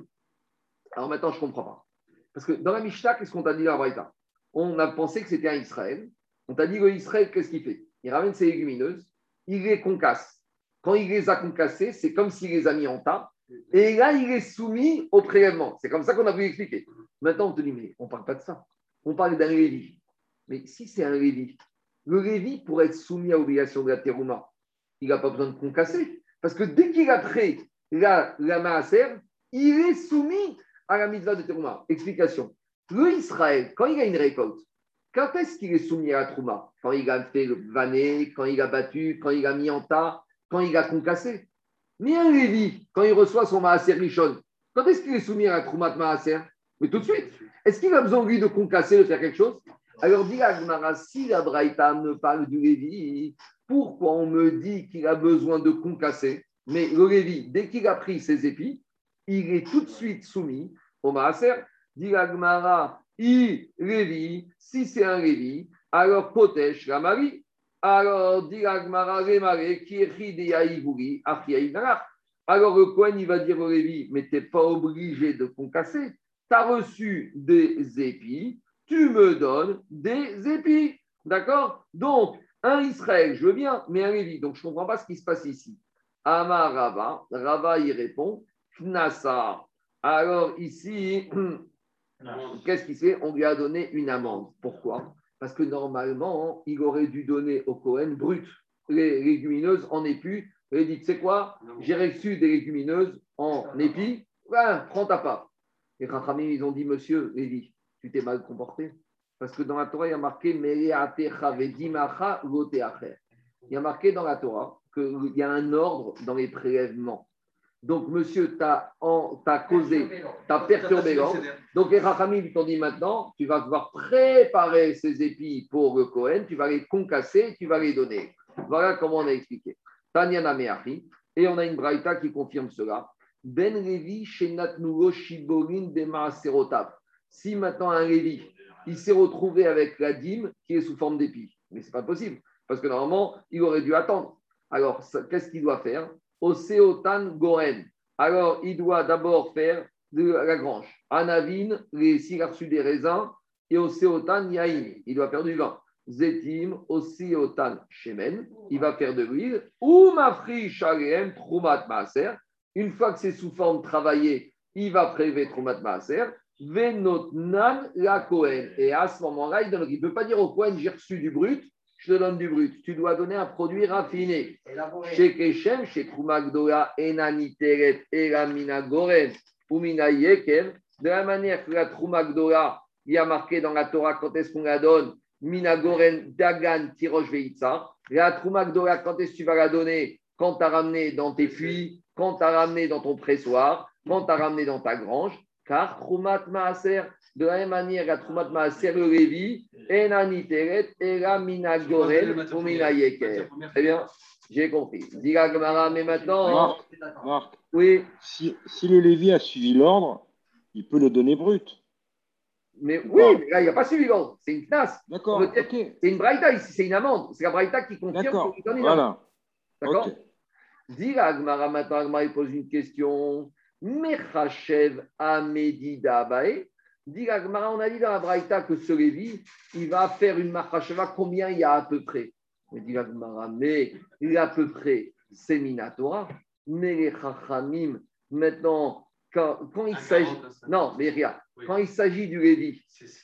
Alors maintenant, je ne comprends pas. Parce que dans la Mishnah, qu'est-ce qu'on t'a dit dans la Braïta? On a pensé que c'était un Israël. On t'a dit que Israël, qu'est-ce qu'il fait? Il ramène ses légumineuses, il les concasse. Quand il les a concassées, c'est comme s'il les a mis en tas. Et là, il est soumis au prélèvement. C'est comme ça qu'on a voulu expliquer. Maintenant, on te dit, mais on ne parle pas de ça. On parle d'un Lévi. Mais si c'est un Lévi, le Lévi, pour être soumis à l'obligation de la terouma, il n'a pas besoin de concasser. Parce que dès qu'il a pris la, la maaser, il est soumis à la mitzvah de terouma. Explication. Le Israël, quand il a une récolte, quand est-ce qu'il est soumis à la trouma? Quand il a fait le vanné, quand il a battu, quand il a mis en tas, quand il a concassé. Mais un Lévi, quand il reçoit son maaser rishon, quand est-ce qu'il est soumis à la trouma de maaser? Mais tout de suite. Est-ce qu'il a besoin, lui, de concasser, de faire quelque chose? Alors, dit Agmara, si la Braïta me parle du Lévi, pourquoi on me dit qu'il a besoin de concasser? Mais le Lévi, dès qu'il a pris ses épis, il est tout de suite soumis au maaser. Dit Agmara, I Lévi, si c'est un Lévi, alors Kotesh la Marie. Alors, dit Agmara, Remare, qui écrit des Yaïvouri, Achiaïnara. Alors, le Kohen, il va dire au Lévi, mais tu n'es pas obligé de concasser. Tu as reçu des épis, tu me donnes des épis. D'accord? Donc, un Israël, je veux bien, mais un Lévi. Donc, je ne comprends pas ce qui se passe ici. Amar Rava, Rava y répond, Knasa. Alors, ici, qu'est-ce qu'il fait? On lui a donné une amende. Pourquoi? Parce que normalement, il aurait dû donner au Cohen brut les légumineuses en épis. Il a dit, tu sais quoi? J'ai reçu des légumineuses en épis. Ouais, prends ta part. Les Chachamim, ils ont dit, monsieur Lévi, tu t'es mal comporté. Parce que dans la Torah, il y a marqué il y a marqué dans la Torah qu'il y a un ordre dans les prélèvements. Donc, monsieur, tu as causé, tu as perturbé l'ordre. Donc, les Chachamim t'ont dit maintenant, tu vas devoir préparer ces épis pour le Cohen, tu vas les concasser, tu vas les donner. Voilà comment on a expliqué. Tanyana Meachi, et on a une braïta qui confirme cela. Ben Lévi, Shenat Nulo, Shiborin, Dema Serotav. Si maintenant un Lévi, il s'est retrouvé avec la dîme qui est sous forme d'épis. Mais ce n'est pas possible, parce que normalement, il aurait dû attendre. Alors, qu'est-ce qu'il doit faire? Oseotan Goren. Alors, il doit d'abord faire de la grange. Anavin, s'il a reçu des raisins, et Oseotan Yain. Il doit faire du vin. Zetim, Oseotan Shemen. Il va faire de l'huile. Ou Mafri Shalem, Trumat Maaser. Une fois que c'est sous forme travaillée, il va prélever Trumat Maaser. Venotnan la Kohen. Et à ce moment-là, il ne peut pas dire au Kohen, j'ai reçu du brut, je te donne du brut. Tu dois donner un produit raffiné. Chez Keshem, chez Trumagdola, Enani Teret, Elamina Goren, Umina Yekel. De la manière que la Trumagdola, il y a marqué dans la Torah quand est-ce qu'on la donne, Mina Goren, Dagan, Tirosh Veitza. La Trumagdola, quand est-ce que tu vas la donner? Quand tu as ramené dans tes puits, quand tu as ramené dans ton pressoir, quand tu as ramené dans ta grange. Car Troumat Maaser, de la même manière, la Troumat Maaser, le Lévi, Enani Teret, Ela Mina Gorel, ou Mina Yeker. Très bien, j'ai compris. Diga Gemara, mais maintenant. Marc, Marc, oui. Si, si le Lévi a suivi l'ordre, il peut le donner brut. Mais oui, mais là, il n'a pas suivi l'ordre. C'est une knas. D'accord. Okay. C'est une braïta ici, c'est une amende. C'est la braïta qui confirme qu'il donne une voilà. amende. D'accord okay. Dis Agmara, maintenant Agmara il pose une question. Mechachev Amedida Bae. Dit Agmara, on a dit dans la Braïta que ce Lévi, il va faire une Machashava, combien il y a à peu près? Mais dit Agmara, mais il y a à peu près, c'est Minatora. Mais les Chachamim, maintenant, quand, quand il s'agit. Non, mais regarde, oui. Quand il s'agit du Lévi,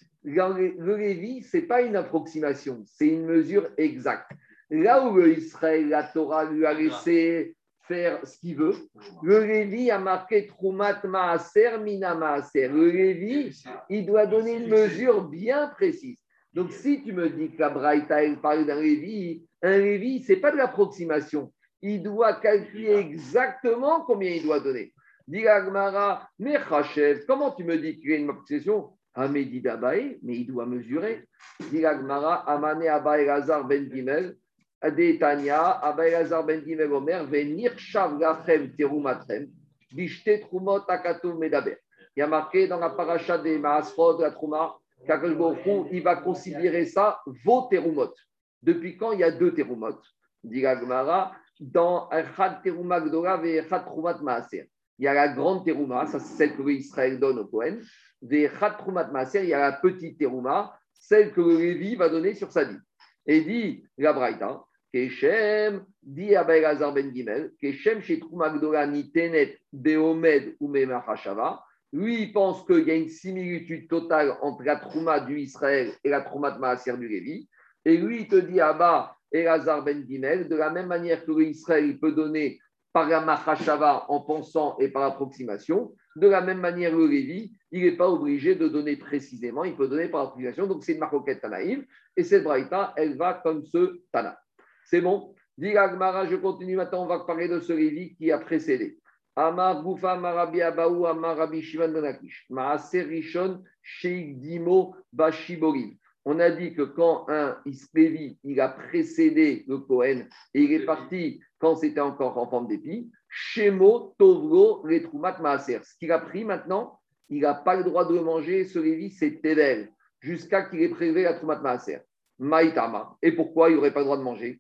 le, le Lévi, ce n'est pas une approximation, c'est une mesure exacte. Là où le Israël, la Torah lui a laissé faire ce qu'il veut, le Lévi a marqué Troumat Maaser, Mina Maaser. Le Lévi, il doit donner une mesure bien précise. Donc, si tu me dis que la Braïta, elle parle d'un Lévi, un Lévi, ce n'est pas de l'approximation. Il doit calculer exactement combien il doit donner. Dit Agmara, mais Chachev, comment tu me dis qu'il y a une approximation? Amedi Dabae, mais il doit mesurer. Dit Agmara, Amane Abaye Lazar Ben Gimel. Adetania, Abayazar ben Gimel Omer, Venir Shav Lachem Terumatrem, Bishte Trumot Akatou Medaber. Il y a marqué dans la paracha des Maasrod, la Trouma, qu'Akadosh Baruch Hu, il va considérer ça vos Terumot. Depuis quand il y a deux Terumot? Dit la Gemara, dans Echad Teruma Gdola et Echad Trumat Maaser. Il y a la grande Teruma, ça c'est celle que Israël donne au Kohen. Des Echad Trumat Maaser, il y a la petite Teruma, celle que le Lévi va donner sur sa dîme. Et dit la Braïta, Keshem, dit Abay Lazar ben Gimel, Keshem chez Troumagdola ni Tenet, Beomed ou Memachashava. Lui, il pense qu'il y a une similitude totale entre la Trouma du Israël et la Trouma de Maaser du Lévi. Et lui, il te dit Abba et Lazar ben Gimel, de la même manière que l'Israël, il peut donner par la Machashava en pensant et par approximation, de la même manière le Lévi, il n'est pas obligé de donner précisément, il peut donner par approximation. Donc c'est une marcoquette Tanaïm. Et cette Braïta, elle va comme ce Tana. C'est bon? Dit Agmara, je continue maintenant, on va parler de ce Lévi qui a précédé. Amar Goufa Marabi Abaou Amar Rabbi Shimon ben Akish. Maaser Rishon Sheik Dimo Bashiborim. On a dit que quand un Lévi, il a précédé le Kohen et il est parti quand c'était encore en forme d'épi, Shemo Tovro Retroumat Maaser. Ce qu'il a pris maintenant, il n'a pas le droit de le manger, ce Lévi, c'est Tevel, jusqu'à qu'il ait prélevé la Troumat Maaser. Maïtama. Et pourquoi il n'aurait pas le droit de manger?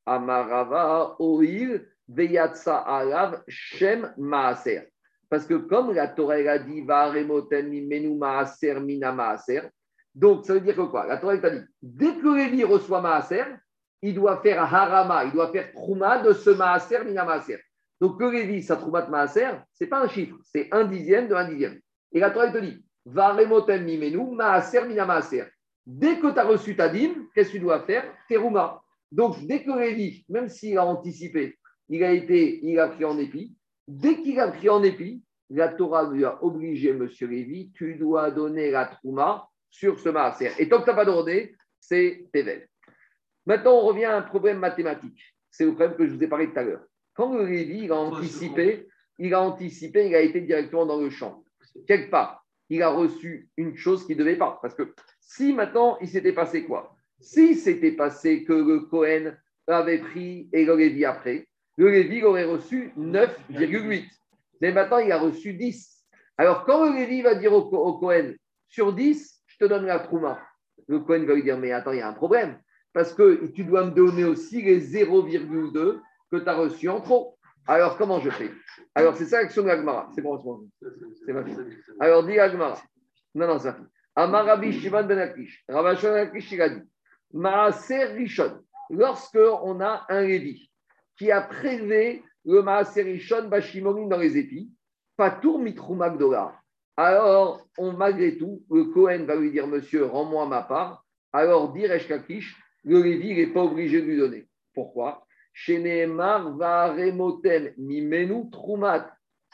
Amarava Oil Veyatsa Alav Shem Maaser. Parce que comme la Torah a dit Va remoten mimenu Maaser mina Maaser, donc ça veut dire que quoi? La Torah a dit dès que le Lévi reçoit Maaser, il doit faire Harama, il doit faire Trouma de ce Maaser mina Maaser. Donc le Lévi, sa Troumat Maaser, ce n'est pas un chiffre, c'est un dixième de un dixième. Et la Torah te dit Va remoten mimenu Maaser mina Maaser. Dès que tu as reçu ta dîme, qu'est-ce que tu dois faire? Terouma. Donc, dès que Lévi, même s'il a anticipé, il a été, il a pris en épi, dès qu'il a pris en épi, la Torah lui a obligé, monsieur Lévi, tu dois donner la Trouma sur ce maaser. Et tant que tu n'as pas donné, c'est Tevel. Maintenant, on revient à un problème mathématique. C'est le problème que je vous ai parlé tout à l'heure. Quand le Lévi, il a anticipé, il a anticipé, il a été directement dans le champ. Quelque part, il a reçu une chose qu'il ne devait pas. Parce que si maintenant, il s'était passé quoi? Si s'était passé que le Kohen avait pris et le Lévi après, le Lévi aurait reçu neuf virgule huit. Mais maintenant, il a reçu dix. Alors, quand le Lévi va dire au, au Kohen, sur dix, je te donne la Trouma, le Kohen va lui dire, mais attends, il y a un problème. Parce que tu dois me donner aussi les zéro virgule deux que tu as reçus en trop. Alors, comment je fais? Alors, c'est ça l'action de l'Agmara. C'est bon, c'est bon. C'est ma fille. Alors, dis Agmara. Non, non, c'est ma fille. Amar Rabbi Shimon ben Akish. Rabbi Shimon ben Akish, il a dit Maaser Rishon. Lorsqu'on a un Lévi qui a prélevé le Maaser Rishon Bashimonim dans les épis, Patour Mitrouma Gdola. Alors, on, malgré tout, le Kohen va lui dire Monsieur, rends-moi ma part. Alors, dit Resh Lakish, le Lévi, il n'est pas obligé de lui donner. Pourquoi? Chez Nehemar va remoten mimenu trumat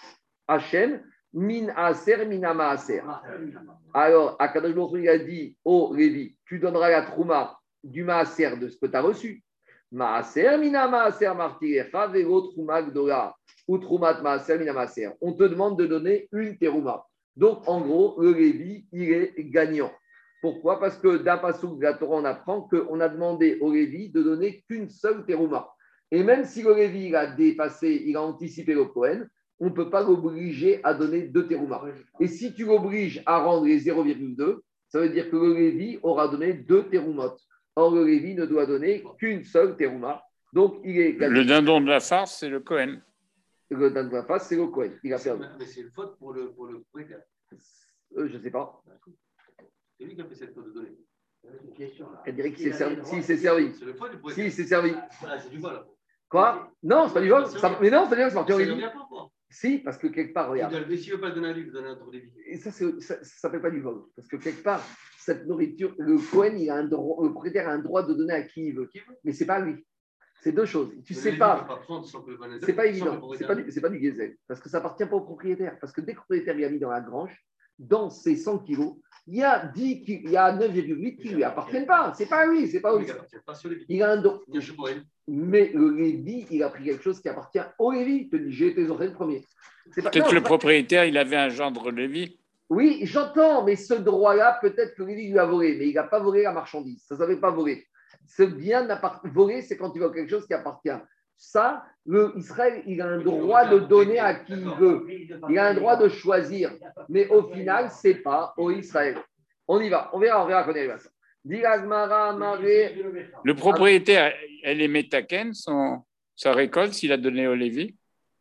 Hachem min aser mina maaser. Alors, Akadosh Baruch Hu a dit au Lévi, tu donneras la trouma du maaser de ce que tu as reçu. Maaser mina maaser martirecha vego trouma gdola ou troumat maaser mina maaser. On te demande de donner une terouma. Donc, en gros, le Lévi, il est gagnant. Pourquoi? Parce que d'un passouk de la Torah, on apprend qu'on a demandé au Lévi de donner qu'une seule terouma. Et même si le Lévi il a dépassé, il a anticipé le Kohen, on ne peut pas l'obliger à donner deux teroumas. Et si tu l'obliges à rendre les zéro virgule deux, ça veut dire que le Lévi aura donné deux teroumot. Or, le Lévi ne doit donner qu'une seule terouma. Donc, il est gagné. Le dindon de la farce, c'est le Cohen. Le dindon de la face, c'est le Cohen. Il a perdu. Mais c'est une faute pour le, pour le propriétaire. Euh, je ne sais pas. C'est lui qui a fait cette faute de données. Une question, là. Elle dirait qu'il s'est servi. Si, il s'est servi. C'est le faute du Si, propriétaire. il s'est servi. Voilà, c'est du vol. Quoi? Non, c'est pas du vol. Ça- Mais non, c'est pas du vol, c'est marqué en Ça Lévi. revient pas, quoi. Si, parce que quelque part, regarde. Mais s'il ne veut pas le donner à lui, il veut donner à un autre Lévi. Et ça, c'est- ça ne s'appelle pas du vol. Parce que quelque part, cette nourriture, le Cohen, il a un droit, le propriétaire a un droit de donner à qui il veut. Qui veut. Mais ce n'est pas lui. C'est deux choses. Tu Le sais Lévi pas. ne peut pas prendre sans que le Cohen ait C'est pas donné, sans évident. le C'est propriétaire. pas, du- c'est pas du gazelle. Parce que ça appartient pas au propriétaire. Parce que dès que le propriétaire il a mis dans la grange, dans ses cent kilos, il y a dix qui- il y a neuf virgule huit qui ne lui appartiennent pas. C'est pas à lui. C'est pas à lui. Il appartient pas sur Lévi. Il a un don. Il y a chez Cohen. Mais le Lévi, il a pris quelque chose qui appartient au Lévi. Il te dit, j'ai été le premier. C'est pas- Peut-être non, que le c'est pas- propriétaire, il avait un gendre Lévi. Oui, j'entends, mais ce droit-là, peut-être que Lévi lui a volé, mais il n'a pas volé la marchandise. Ça ne savait pas voler. Ce bien n'appart- voler, c'est quand tu vois quelque chose qui appartient. Ça, le Israël, il a un droit de donner à qui il veut. Il a un droit de choisir. Mais au final, ce n'est pas au Israël. On y va. On verra, on verra qu'on y va. Diragmara, Maré. Le propriétaire, elle est métaken, son, sa récolte, s'il a donné au Lévi.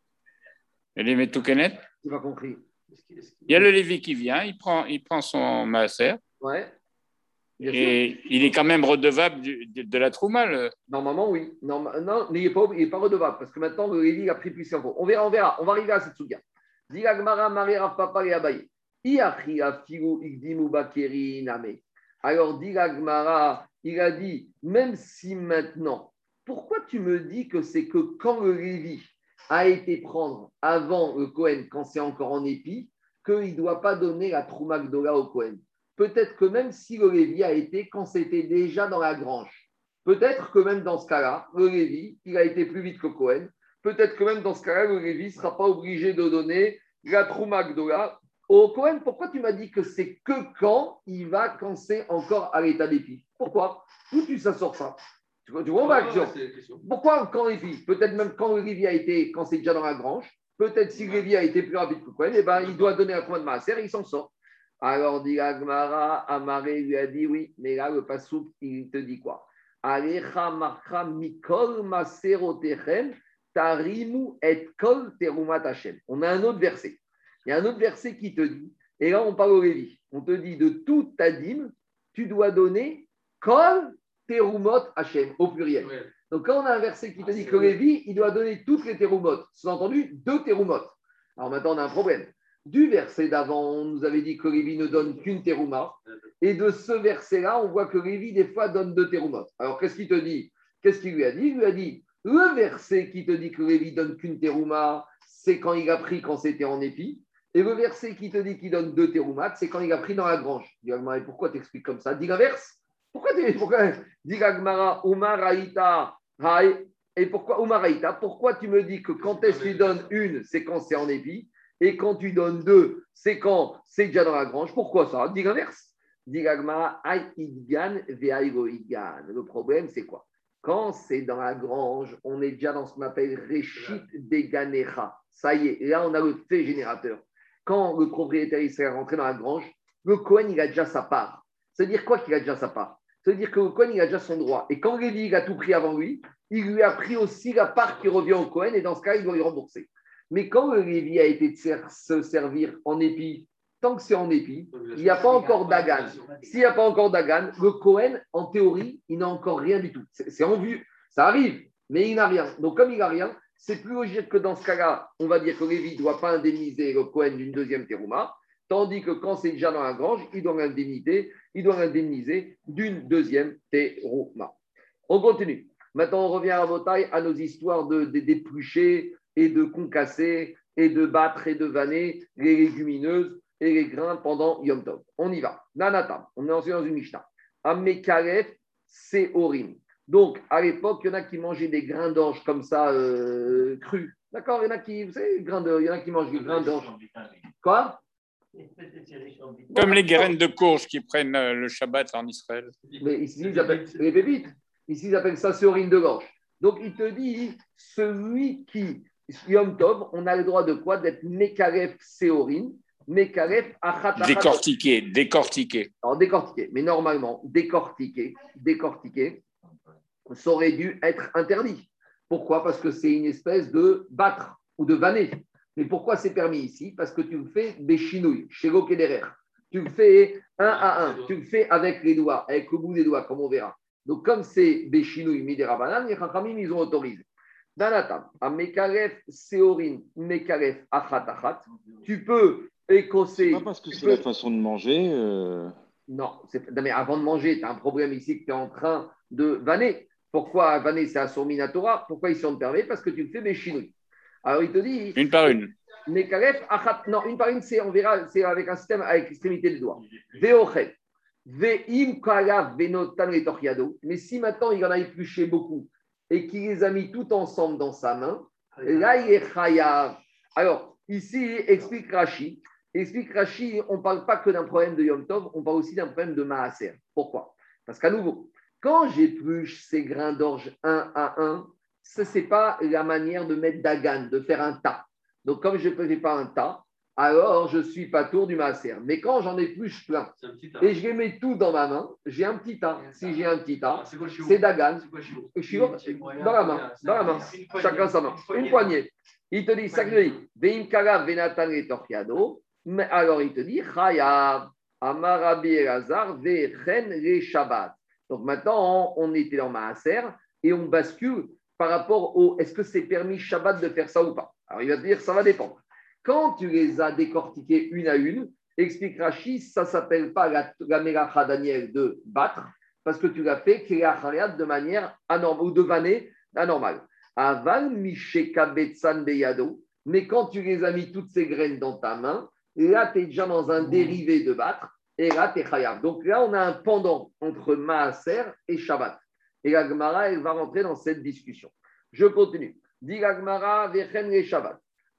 Elle est métoukenet. Tu n'as pas compris. Il y a le Lévi qui vient, il prend, il prend son maaser Ouais. Bien sûr. et il est quand même redevable du- de, de la trouma. le- Normalement, oui. Norma- non, mais il n'est pas, il est pas redevable parce que maintenant, le Lévi a pris plus d'infos. On verra, on verra. On va arriver à cette souga. Diragmara, Maré, Rav Papa et Abaye. Iachi, Afigu, Igdimu, Bakeri, Name. Alors, Diragmara, il a dit, même si maintenant, pourquoi tu me dis que c'est que quand le Lévi a été prendre avant le Cohen, quand c'est encore en épi, qu'il ne doit pas donner la Trouma Gdola au Cohen? Peut-être que même si le Lévi a été quand c'était déjà dans la grange, peut-être que même dans ce cas-là, le Lévi, il a été plus vite que Cohen. Peut-être que même dans ce cas-là, le Lévi ne sera pas obligé de donner la Trouma Gdola au Cohen. Pourquoi tu m'as dit que c'est que quand il va, quand c'est encore à l'état d'épi? Pourquoi? D'où tu ça sort ça? Tu vois, tu vois ma Ouais, ouais, question? c'est la question. Pourquoi quand l'épi? Peut-être même quand le Lévi a été, quand c'est déjà dans la grange. Peut-être si le Lévi a été plus rapide que Cohen, eh ben, il doit donner la Trouma de Maaser et il s'en sort. Alors, dit Agmara, Amaré lui a dit oui, mais là, le Passouk, il te dit quoi? Alecha marcha mikol maserotechem tarimu et kol terumat Hashem. On a un autre verset. Il y a un autre verset qui te dit, et là, on parle au Lévi, on te dit de toute ta dîme, tu dois donner kol terumot Hashem, au pluriel. Ouais. Donc, quand on a un verset qui te dit que Lévi, il doit donner toutes les terumotes, sous-entendu, deux terumotes. Alors maintenant, on a un problème. Du verset d'avant, on nous avait dit que Lévi ne donne qu'une terouma. Et de ce verset-là, on voit que Lévi, des fois, donne deux terumotes. Alors, qu'est-ce qu'il te dit? Qu'est-ce qu'il lui a dit? Il lui a dit, le verset qui te dit que Lévi donne qu'une terouma, c'est quand il a pris, quand c'était en épi. Et le verset qui te dit qu'il donne deux teroumates, c'est quand il a pris dans la grange. Dis Agmara, et pourquoi tu expliques comme ça? Dis l'inverse. Pourquoi tu pourquoi dis Agmara, Umaraïta, Haï. Et pourquoi Umaraïta? Pourquoi tu me dis que quand est-ce que tu donnes une, c'est quand c'est en épi, et quand tu donnes deux, c'est quand c'est déjà dans la grange? Pourquoi ça? Dis l'inverse. Dis Agmara, Haï idgan ve'aïgo idgan. Le problème, c'est quoi? Quand c'est dans la grange, on est déjà dans ce qu'on appelle Réchit Deganecha. Ça y est, là, on a le fait générateur. Quand le propriétaire il serait rentré dans la grange, le Cohen, il a déjà sa part. C'est-à-dire quoi qu'il a déjà sa part? C'est-à-dire que le Cohen, il a déjà son droit. Et quand Lévi, il a tout pris avant lui, il lui a pris aussi la part qui revient au Cohen, et dans ce cas, il doit lui rembourser. Mais quand le Lévi a été de se servir en épi, tant que c'est en épi, il n'y a pas encore d'Agan. S'il n'y a pas encore d'Agan, le Cohen, en théorie, il n'a encore rien du tout. C'est, c'est en vue, ça arrive, mais il n'a rien. Donc, comme il n'a rien, c'est plus logique que dans ce cas-là, on va dire que Lévi ne doit pas indemniser le Cohen d'une deuxième terouma, tandis que quand c'est déjà dans la grange, il doit l'indemniser, il doit l'indemniser d'une deuxième terouma. On continue. Maintenant, on revient à Rabotai, à nos histoires de, de d'éplucher et de concasser et de battre et de vanner les légumineuses et les grains pendant Yom Tov. On y va. Nanatam, on est ensuite dans une Mishnah. Amekaref Seorim. Donc, à l'époque, il y en a qui mangeaient des grains d'orge comme ça, euh, crus. D'accord? Il y en a qui, vous savez, grains de, il y en a qui mangent des grains d'orge. Quoi? Comme les graines de courge qui prennent euh, le Shabbat en Israël. Mais ici, ils appellent les bébites. Ici, ils appellent ça seorine de gorge. Donc, il te dit, celui qui, Yom Tov, on a le droit de quoi? D'être Mekaref Seorine, Mekaref Achat. Décortiqué, décortiqué. Alors, décortiqué. Mais normalement, décortiqué, décortiqué, ça aurait dû être interdit. Pourquoi? Parce que c'est une espèce de battre ou de vanner. Mais pourquoi c'est permis ici? Parce que tu le fais des chinouilles, chez Kederer. Tu le fais un à un. Tu le fais avec les doigts, avec le bout des doigts, comme on verra. Donc, comme c'est des chinouilles midérabanan, les Chachamim, ils ont autorisé. Danatam, à Mekaref, Seorin, Mekaref, Achat, Achat, tu peux écosser. C'est pas parce que c'est peux... la façon de manger. Euh... Non, c'est... non, mais avant de manger, tu as un problème ici que tu es en train de vanner. Pourquoi vanner, c'est Assur Minatora? Pourquoi ils sont permis? Parce que tu le fais des chinouilles. Alors, il te dit. Une par une. Mekaref, Achat, non, une par une, c'est, on verra, c'est avec un système avec l'extrémité des doigts. Veochet. Ve'im kalav venotan le torchiado. Mais si maintenant il en a épluché beaucoup et qu'il les a mis tout ensemble dans sa main, là il est chayav. Alors, ici, explique Rashi. Explique Rashi, on ne parle pas que d'un problème de Yom Tov, on parle aussi d'un problème de Maaser. Pourquoi? Parce qu'à nouveau, quand j'épluche ces grains d'orge un à un, ce n'est pas la manière de mettre dagan, de faire un tas. Donc, comme je ne fais pas un tas, alors je ne suis pas tour du maaser. Mais quand j'en épluche plein et je les mets tout dans ma main, j'ai un petit tas. Si j'ai un petit tas, c'est dagan. Le shiur, dans la main, dans la main. Chacun sa main. Une poignée. Il te dit, ça que dit, Veim kalav venatan le torchiado. Mais alors il te dit, chayav, amarabi elazar, vechen le shabbat. Donc maintenant, on était dans maaser et on bascule par rapport au est-ce que c'est permis Shabbat de faire ça ou pas. Alors il va te dire ça va dépendre. Quand tu les as décortiqués une à une, explique Rashi, ça ne s'appelle pas la, la Melacha Daniel de battre, parce que tu l'as fait de manière anormale ou de vanner anormale. Aval Misheka Betsan Beyado, mais quand tu les as mis toutes ces graines dans ta main, là tu es déjà dans un dérivé de battre, et là tu es chayav. Donc là on a un pendant entre Maaser et Shabbat. Et la Gemara, elle va rentrer dans cette discussion. Je continue. Dit la Gemara, Vechen le Shabbat.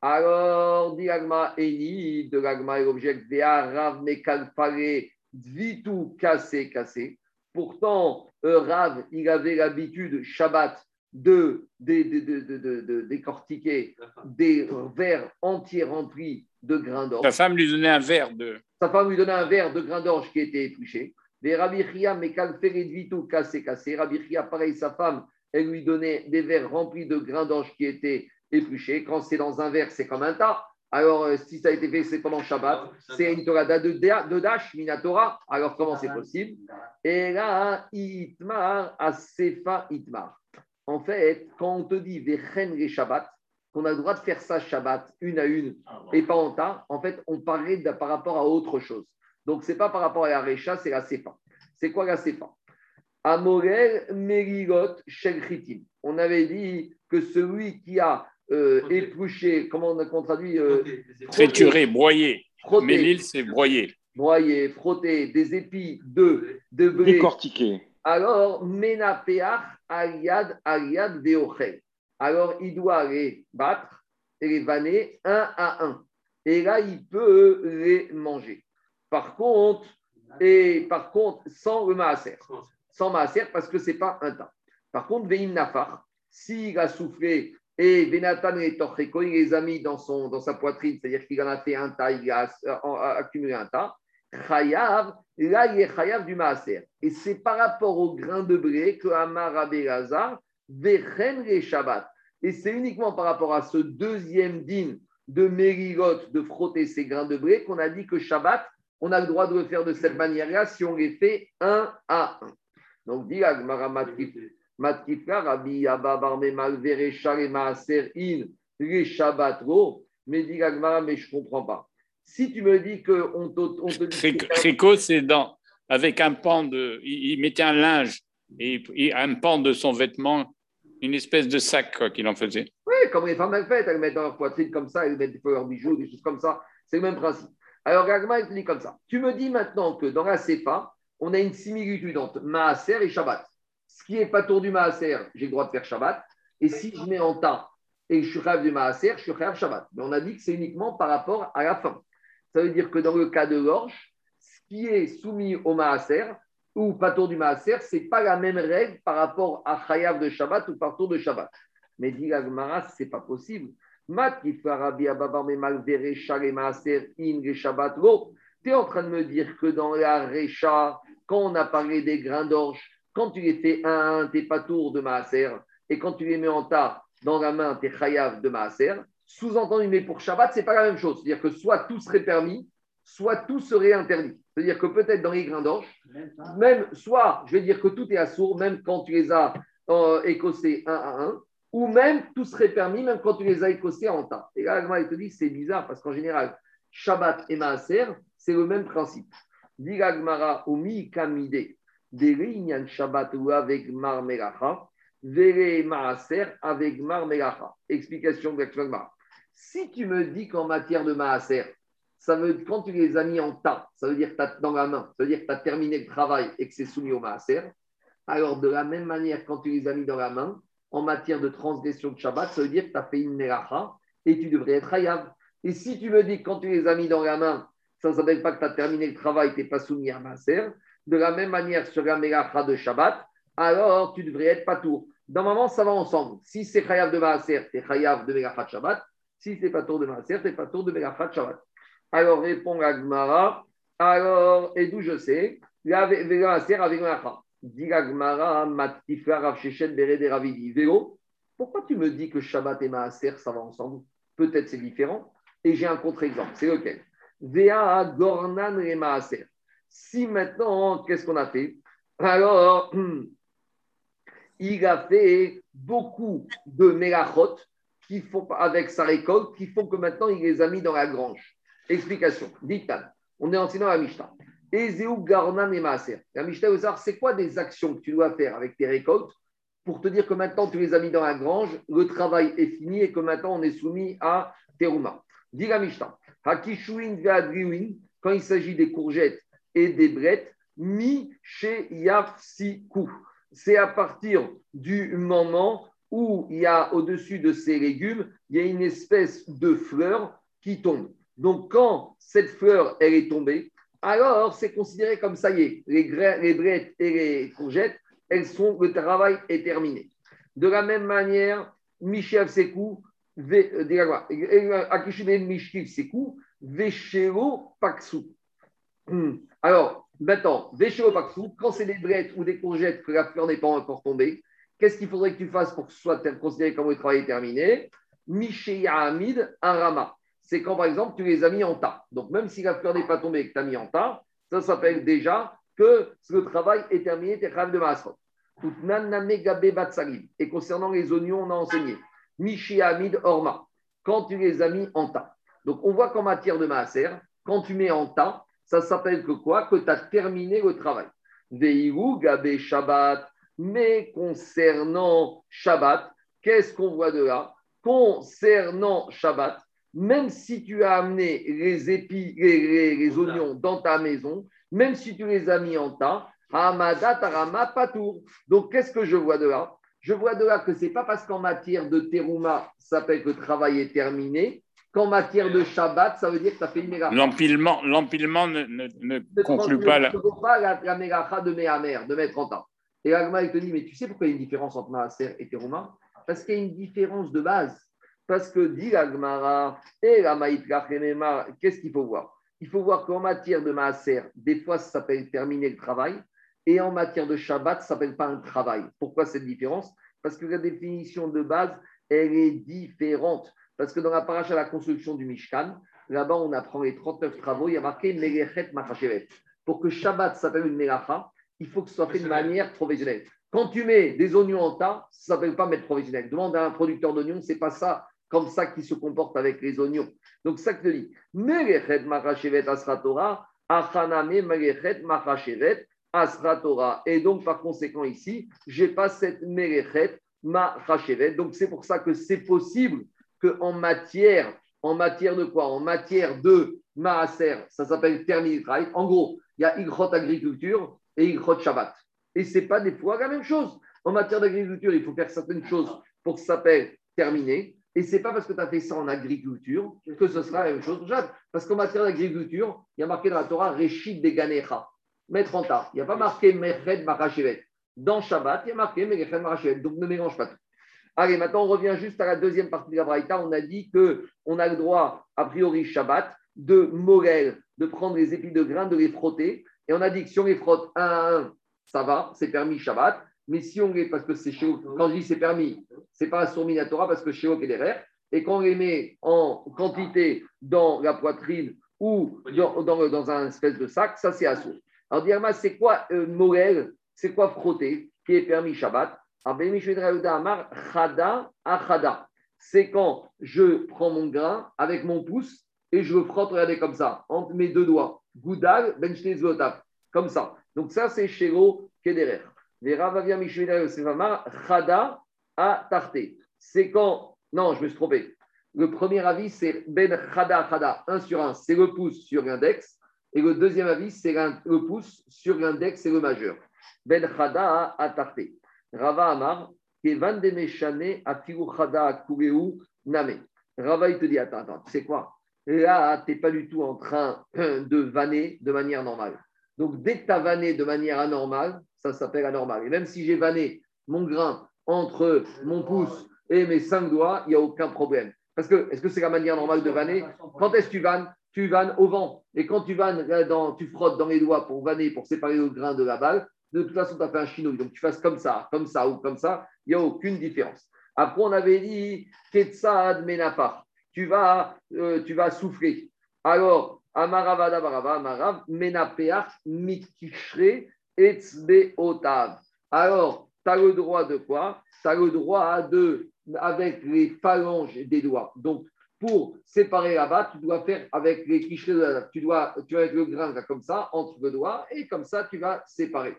Alors, dit la Gemara, Eni, de la Gemara, l'objet, Vea Rav Mekalpare, Dvitu cassé, cassé. Pourtant, euh, Rav, il avait l'habitude, Shabbat, de, de, de, de, de, de, de décortiquer des verres entiers remplis de grains d'orge. Sa femme lui donnait un verre de. Sa femme lui donnait un verre de grains d'orge qui était épluché. Les Rabbi Chia, mais Kalferedvitu, cassé, cassé. Rabbi Chia, pareil, sa femme, elle lui donnait des verres remplis de grains d'orge qui étaient épluchés. Quand c'est dans un verre, c'est comme un tas. Alors, euh, si ça a été fait, c'est pendant Shabbat. C'est une Torah de, de Dash, Minatora. Alors, comment c'est possible? Et là, Itmar, Asefa Itmar. En fait, quand on te dit Vechen les Shabbat, qu'on a le droit de faire ça Shabbat, une à une, et pas en tas, en fait, on parlait de, par rapport à autre chose. Donc, ce n'est pas par rapport à la Recha, c'est la Sefa. C'est quoi la Sefa? Amorel Merigot Shel-Chitim. On avait dit que celui qui a euh, épluché, comment on a traduit euh, Trituré, broyé. frotté, Mais l'île, c'est broyé. Broyé, frotté, des épis de, de blé. Décortiqué. Alors, Menapeach Aliad Aliad Veochel. Alors, il doit les battre et les vanner un à un. Et là, il peut les manger. Par contre, et par contre, sans le maaser. Sans maaser, parce que ce n'est pas un tas. Par contre, Veim Nafar, s'il a soufflé et Venatan et Torcheko, il les a mis dans, son, dans sa poitrine, c'est-à-dire qu'il en a fait un tas, il a accumulé un tas, Chayav, là, il est Chayav du maaser. Et c'est par rapport au grain de blé que Amar Rabbi Lazar, Vechen les Shabbat. Et c'est uniquement par rapport à ce deuxième din de Mérigot, de frotter ces grains de blé, qu'on a dit que Shabbat, on a le droit de le faire de cette manière-là si on les fait un à un. Donc, dit Agmara Matkifra, Rabbi Abba Barme Malvere Shale Maaser In, les Shabbat Ro, mais dit Agmara, mais je ne comprends pas. Si tu me dis qu'on te, te dit. Tricot, c'est dans, avec un pan de. Il, il mettait un linge et, et un pan de son vêtement, une espèce de sac quoi, qu'il en faisait. Oui, comme les femmes elles font, elles mettent dans leur poitrine comme ça, elles mettent leurs bijoux, des choses comme ça. C'est le même principe. Alors, Gagma, il te dit comme ça. Tu me dis maintenant que dans la Sefa, on a une similitude entre Maaser et Shabbat. Ce qui n'est pas tour du Maaser, j'ai le droit de faire Shabbat. Et si je mets en tas et je suis rêve du Maaser, je suis rêve Shabbat. Mais on a dit que c'est uniquement par rapport à la fin. Ça veut dire que dans le cas de l'orge, ce qui est soumis au Maaser ou pas tour du Maaser, ce n'est pas la même règle par rapport à Chayav de Shabbat ou par tour de Shabbat. Mais dit la Gemara, ce n'est pas possible. Tu es en train de me dire que dans la Recha, quand on a parlé des grains d'orge, quand tu les fais un à un, tu n'es pas tour de Maaser. et quand tu les mets en tas dans la main, tu es chayav de maaser. Sous-entendu, mais pour Shabbat, ce n'est pas la même chose. C'est-à-dire que soit tout serait permis, soit tout serait interdit. C'est-à-dire que peut-être dans les grains d'orge, même, soit, je vais dire que tout est assourd, même quand tu les as euh, écossés un à un, ou même tout serait permis, même quand tu les as écossés en tas. Et là, il te dit, c'est bizarre, parce qu'en général, Shabbat et Maaser, c'est le même principe. Dit l'Agmara, Omi Kamide, Dere Shabbat ou avec Mar Melacha, Vere Maaser avec Mar Melacha. Explication de l'Agmara. Si tu me dis qu'en matière de Maaser, ça veut, quand tu les as mis en tas, ça veut dire que tu as dans la main, ça veut dire que tu as terminé le travail et que c'est soumis au Maaser. Alors, de la même manière, quand tu les as mis dans la main, en matière de transgression de Shabbat, ça veut dire que tu as fait une Melacha et tu devrais être Hayav. Et si tu me dis que quand tu les as mis dans la main, ça ne s'appelle pas que tu as terminé le travail, tu n'es pas soumis à Maaser. De la même manière, sur la Melacha de Shabbat, alors tu devrais être Patour. Normalement, ça va ensemble. Si c'est Hayav de Maaser, tu es Hayav de Melacha de Shabbat. Si c'est Patour de Maaser, tu es Patour de Melacha de Shabbat. Alors, répond la Gemara. Alors, et d'où je sais, la Maaser avec Melacha. Dit la Gemara, Matifla Rav Shechet Bere de Ravidi. Vélo, pourquoi tu me dis que Shabbat et Maaser, ça va ensemble? Peut-être c'est différent. Et j'ai un contre-exemple. C'est lequel? Vea Gornan et Maaser. Si maintenant, qu'est-ce qu'on a fait? Alors, il a fait beaucoup de mélachot qui font, avec sa récolte qui font que maintenant, il les a mis dans la grange. Explication. Ditan. On est enseigné dans la Mishnah. Ezeu Gornan et Maaser. La Mishnah veut savoir c'est quoi des actions que tu dois faire avec tes récoltes pour te dire que maintenant, tu les as mis dans la grange, le travail est fini et que maintenant, on est soumis à Teruma. Dit la Mishnah. Hakishuin ve'adriwin, quand il s'agit des courgettes et des brettes, mi chez Yafsiku. C'est à partir du moment où il y a au-dessus de ces légumes, il y a une espèce de fleur qui tombe. Donc, quand cette fleur, elle est tombée, alors c'est considéré comme ça y est, les, gra- les brettes et les courgettes, elles sont, le travail est terminé. De la même manière, Michel Yafsiku, alors, maintenant, quand c'est des brettes ou des courgettes que la fleur n'est pas encore tombée, qu'est-ce qu'il faudrait que tu fasses pour que ce soit considéré comme le travail est terminé? Mishéya Hamid, un rama. C'est quand, par exemple, tu les as mis en tas. Donc, même si la fleur n'est pas tombée et que tu as mis en tas, ça s'appelle déjà que le travail est terminé, tu es capable de Maasrot. Et concernant les oignons, on a enseigné. Michi Hamid Orma, quand tu les as mis en tas. Donc, on voit qu'en matière de Maaser, quand tu mets en tas, ça s'appelle que quoi? Que tu as terminé le travail. Veihu Gabé Shabbat. Mais concernant Shabbat, qu'est-ce qu'on voit de là? Concernant Shabbat, même si tu as amené les épis, les, les, les oignons dans ta maison, même si tu les as mis en tas, Hamada Tarama Patour. Donc, qu'est-ce que je vois de là? Je vois de là que ce n'est pas parce qu'en matière de terouma, ça s'appelle que le travail est terminé, qu'en matière de Shabbat, ça veut dire que tu as fait une mélacha. L'empilement, l'empilement ne, ne, ne ne conclut pas la... Ne conclut pas la, la mélacha de Méhamer, de mettre en temps. Et l'Agma, il te dit, mais tu sais pourquoi il y a une différence entre Maaser et terouma? Parce qu'il y a une différence de base. Parce que, dit l'Agmara, et la Maïtra Khemema, qu'est-ce qu'il faut voir? Il faut voir qu'en matière de Maaser, des fois, ça s'appelle terminer le travail. Et en matière de Shabbat, ça ne s'appelle pas un travail. Pourquoi cette différence? Parce que la définition de base, elle est différente. Parce que dans la paracha de la construction du Mishkan, là-bas, on apprend les trente-neuf travaux, il y a marqué Melechet Machashevet. Pour que Shabbat s'appelle une Melacha, il faut que ce soit fait de manière professionnelle. Quand tu mets des oignons en tas, ça ne s'appelle pas mettre professionnel. Demande à un producteur d'oignons, ce n'est pas ça, comme ça qu'il se comporte avec les oignons. Donc, ça que je dis. Melechet Machashevet Asra Torah, Achaname Melechet Machashevet Asra Torah. Et donc, par conséquent, ici, je n'ai pas cette Melechet Machashevet. Donc, c'est pour ça que c'est possible qu'en matière, en matière de quoi? En matière de Maaser, ça s'appelle terminer le travail. En gros, il y a Igrot agriculture et Igrot Shabbat. Et ce n'est pas des fois la même chose. En matière d'agriculture, il faut faire certaines choses pour que ça s'appelle terminer. Et ce n'est pas parce que tu as fait ça en agriculture que ce sera la même chose pour Shabbat. Parce qu'en matière d'agriculture, il y a marqué dans la Torah Réchid de Ganecha, mettre en tas. Il n'y a pas marqué Meched Machashevet. Dans Shabbat, il y a marqué Meched Machashevet. Donc ne mélange pas tout. Allez, maintenant, on revient juste à la deuxième partie de la Braïta. On a dit qu'on a le droit, a priori, Shabbat, de morel, de prendre les épis de grains, de les frotter. Et on a dit que si on les frotte un à un, ça va, c'est permis Shabbat. Mais si on les, parce que c'est chez quand je dis c'est permis, c'est pas Assour Minatora parce que chez est derrière. Et quand on les met en quantité dans la poitrine ou dans, dans, dans un espèce de sac, ça c'est Assour. Alors, Diama, c'est quoi euh, Morel? C'est quoi frotter qui est permis Shabbat? C'est quand je prends mon grain avec mon pouce et je le frotte, regardez comme ça, entre mes deux doigts. Goudal, ben comme ça. Donc ça, c'est Shelo Kederer. Les Ravavia Mishmedra Sevamar, Chada à Tarté. C'est quand, non, je me suis trompé. Le premier avis, c'est Ben Chada Chada, un sur un, c'est le pouce sur l'index. Et le deuxième avis, c'est le pouce sur l'index et le majeur. Ben Chada à Tarté. Rava Amar, Kevan de Meshane à Figu Chada à Kureu Name. Rava, il te dit, attends, attends, tu sais quoi? Là, tu n'es pas du tout en train de vanner de manière normale. Donc, dès que tu as vanné de manière anormale, ça s'appelle anormal. Et même si j'ai vanné mon grain entre mon pouce et mes cinq doigts, il n'y a aucun problème. Parce que, est-ce que c'est la manière normale de vanner? Quand est-ce que tu vannes? Tu vannes au vent. Et quand tu vannes, dans, tu frottes dans les doigts pour vanner, pour séparer le grain de la balle, de toute façon, tu as fait un chinouille. Donc, tu fasses comme ça, comme ça ou comme ça, il n'y a aucune différence. Après, on avait dit Ketsad Menafar. Tu vas, euh, tu vas souffler. Alors, Amaravada Barava, Amarav, Menapeach, Mikishre, Etzbeotav. Alors, tu as le droit de quoi? Tu as le droit de, avec les phalanges des doigts. Donc, pour séparer là-bas, tu dois faire avec les quicherets de la tu dois, tu vas avec le grain là, comme ça, entre le doigt, et comme ça, tu vas séparer.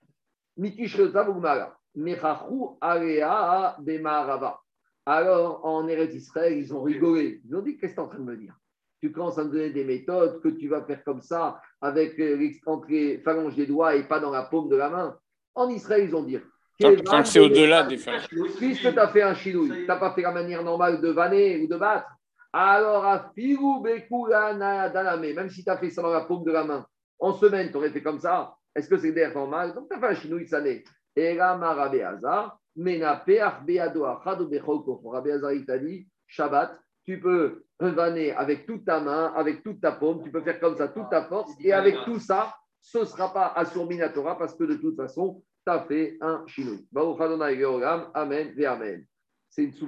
Mikishre Mala, Mechachu Area Bemarava. Alors, en Eretz Israël, ils ont rigolé. Ils ont dit, qu'est-ce que tu es en train de me dire? Tu commences à me donner des méthodes que tu vas faire comme ça, avec les, entre les phalanges des doigts et pas dans la paume de la main. En Israël, ils ont dit. Tant, tant que c'est au-delà des phalanges. Puisque tu as fait un chinouille, tu n'as pas fait la manière normale de vanner ou de battre, alors à Firu Bekula Dalame, même si tu as fait ça dans la paume de la main, en semaine, tu aurais fait comme ça. Est-ce que c'est d'air normal? Donc tu as fait un chinouille, ça n'est. Et là, Rabbi Hazar, Menapeach Beado Achad Bechoko. Rabbi Hazar, il t'a dit, Shabbat, tu peux vanner avec toute ta main, avec toute ta paume, tu peux faire comme ça toute ta force, et avec tout ça, ce ne sera pas Assour Minatora parce que de toute façon, tu as fait un chinouille. Baruch Adonai Georam, Amen et Amen. C'est une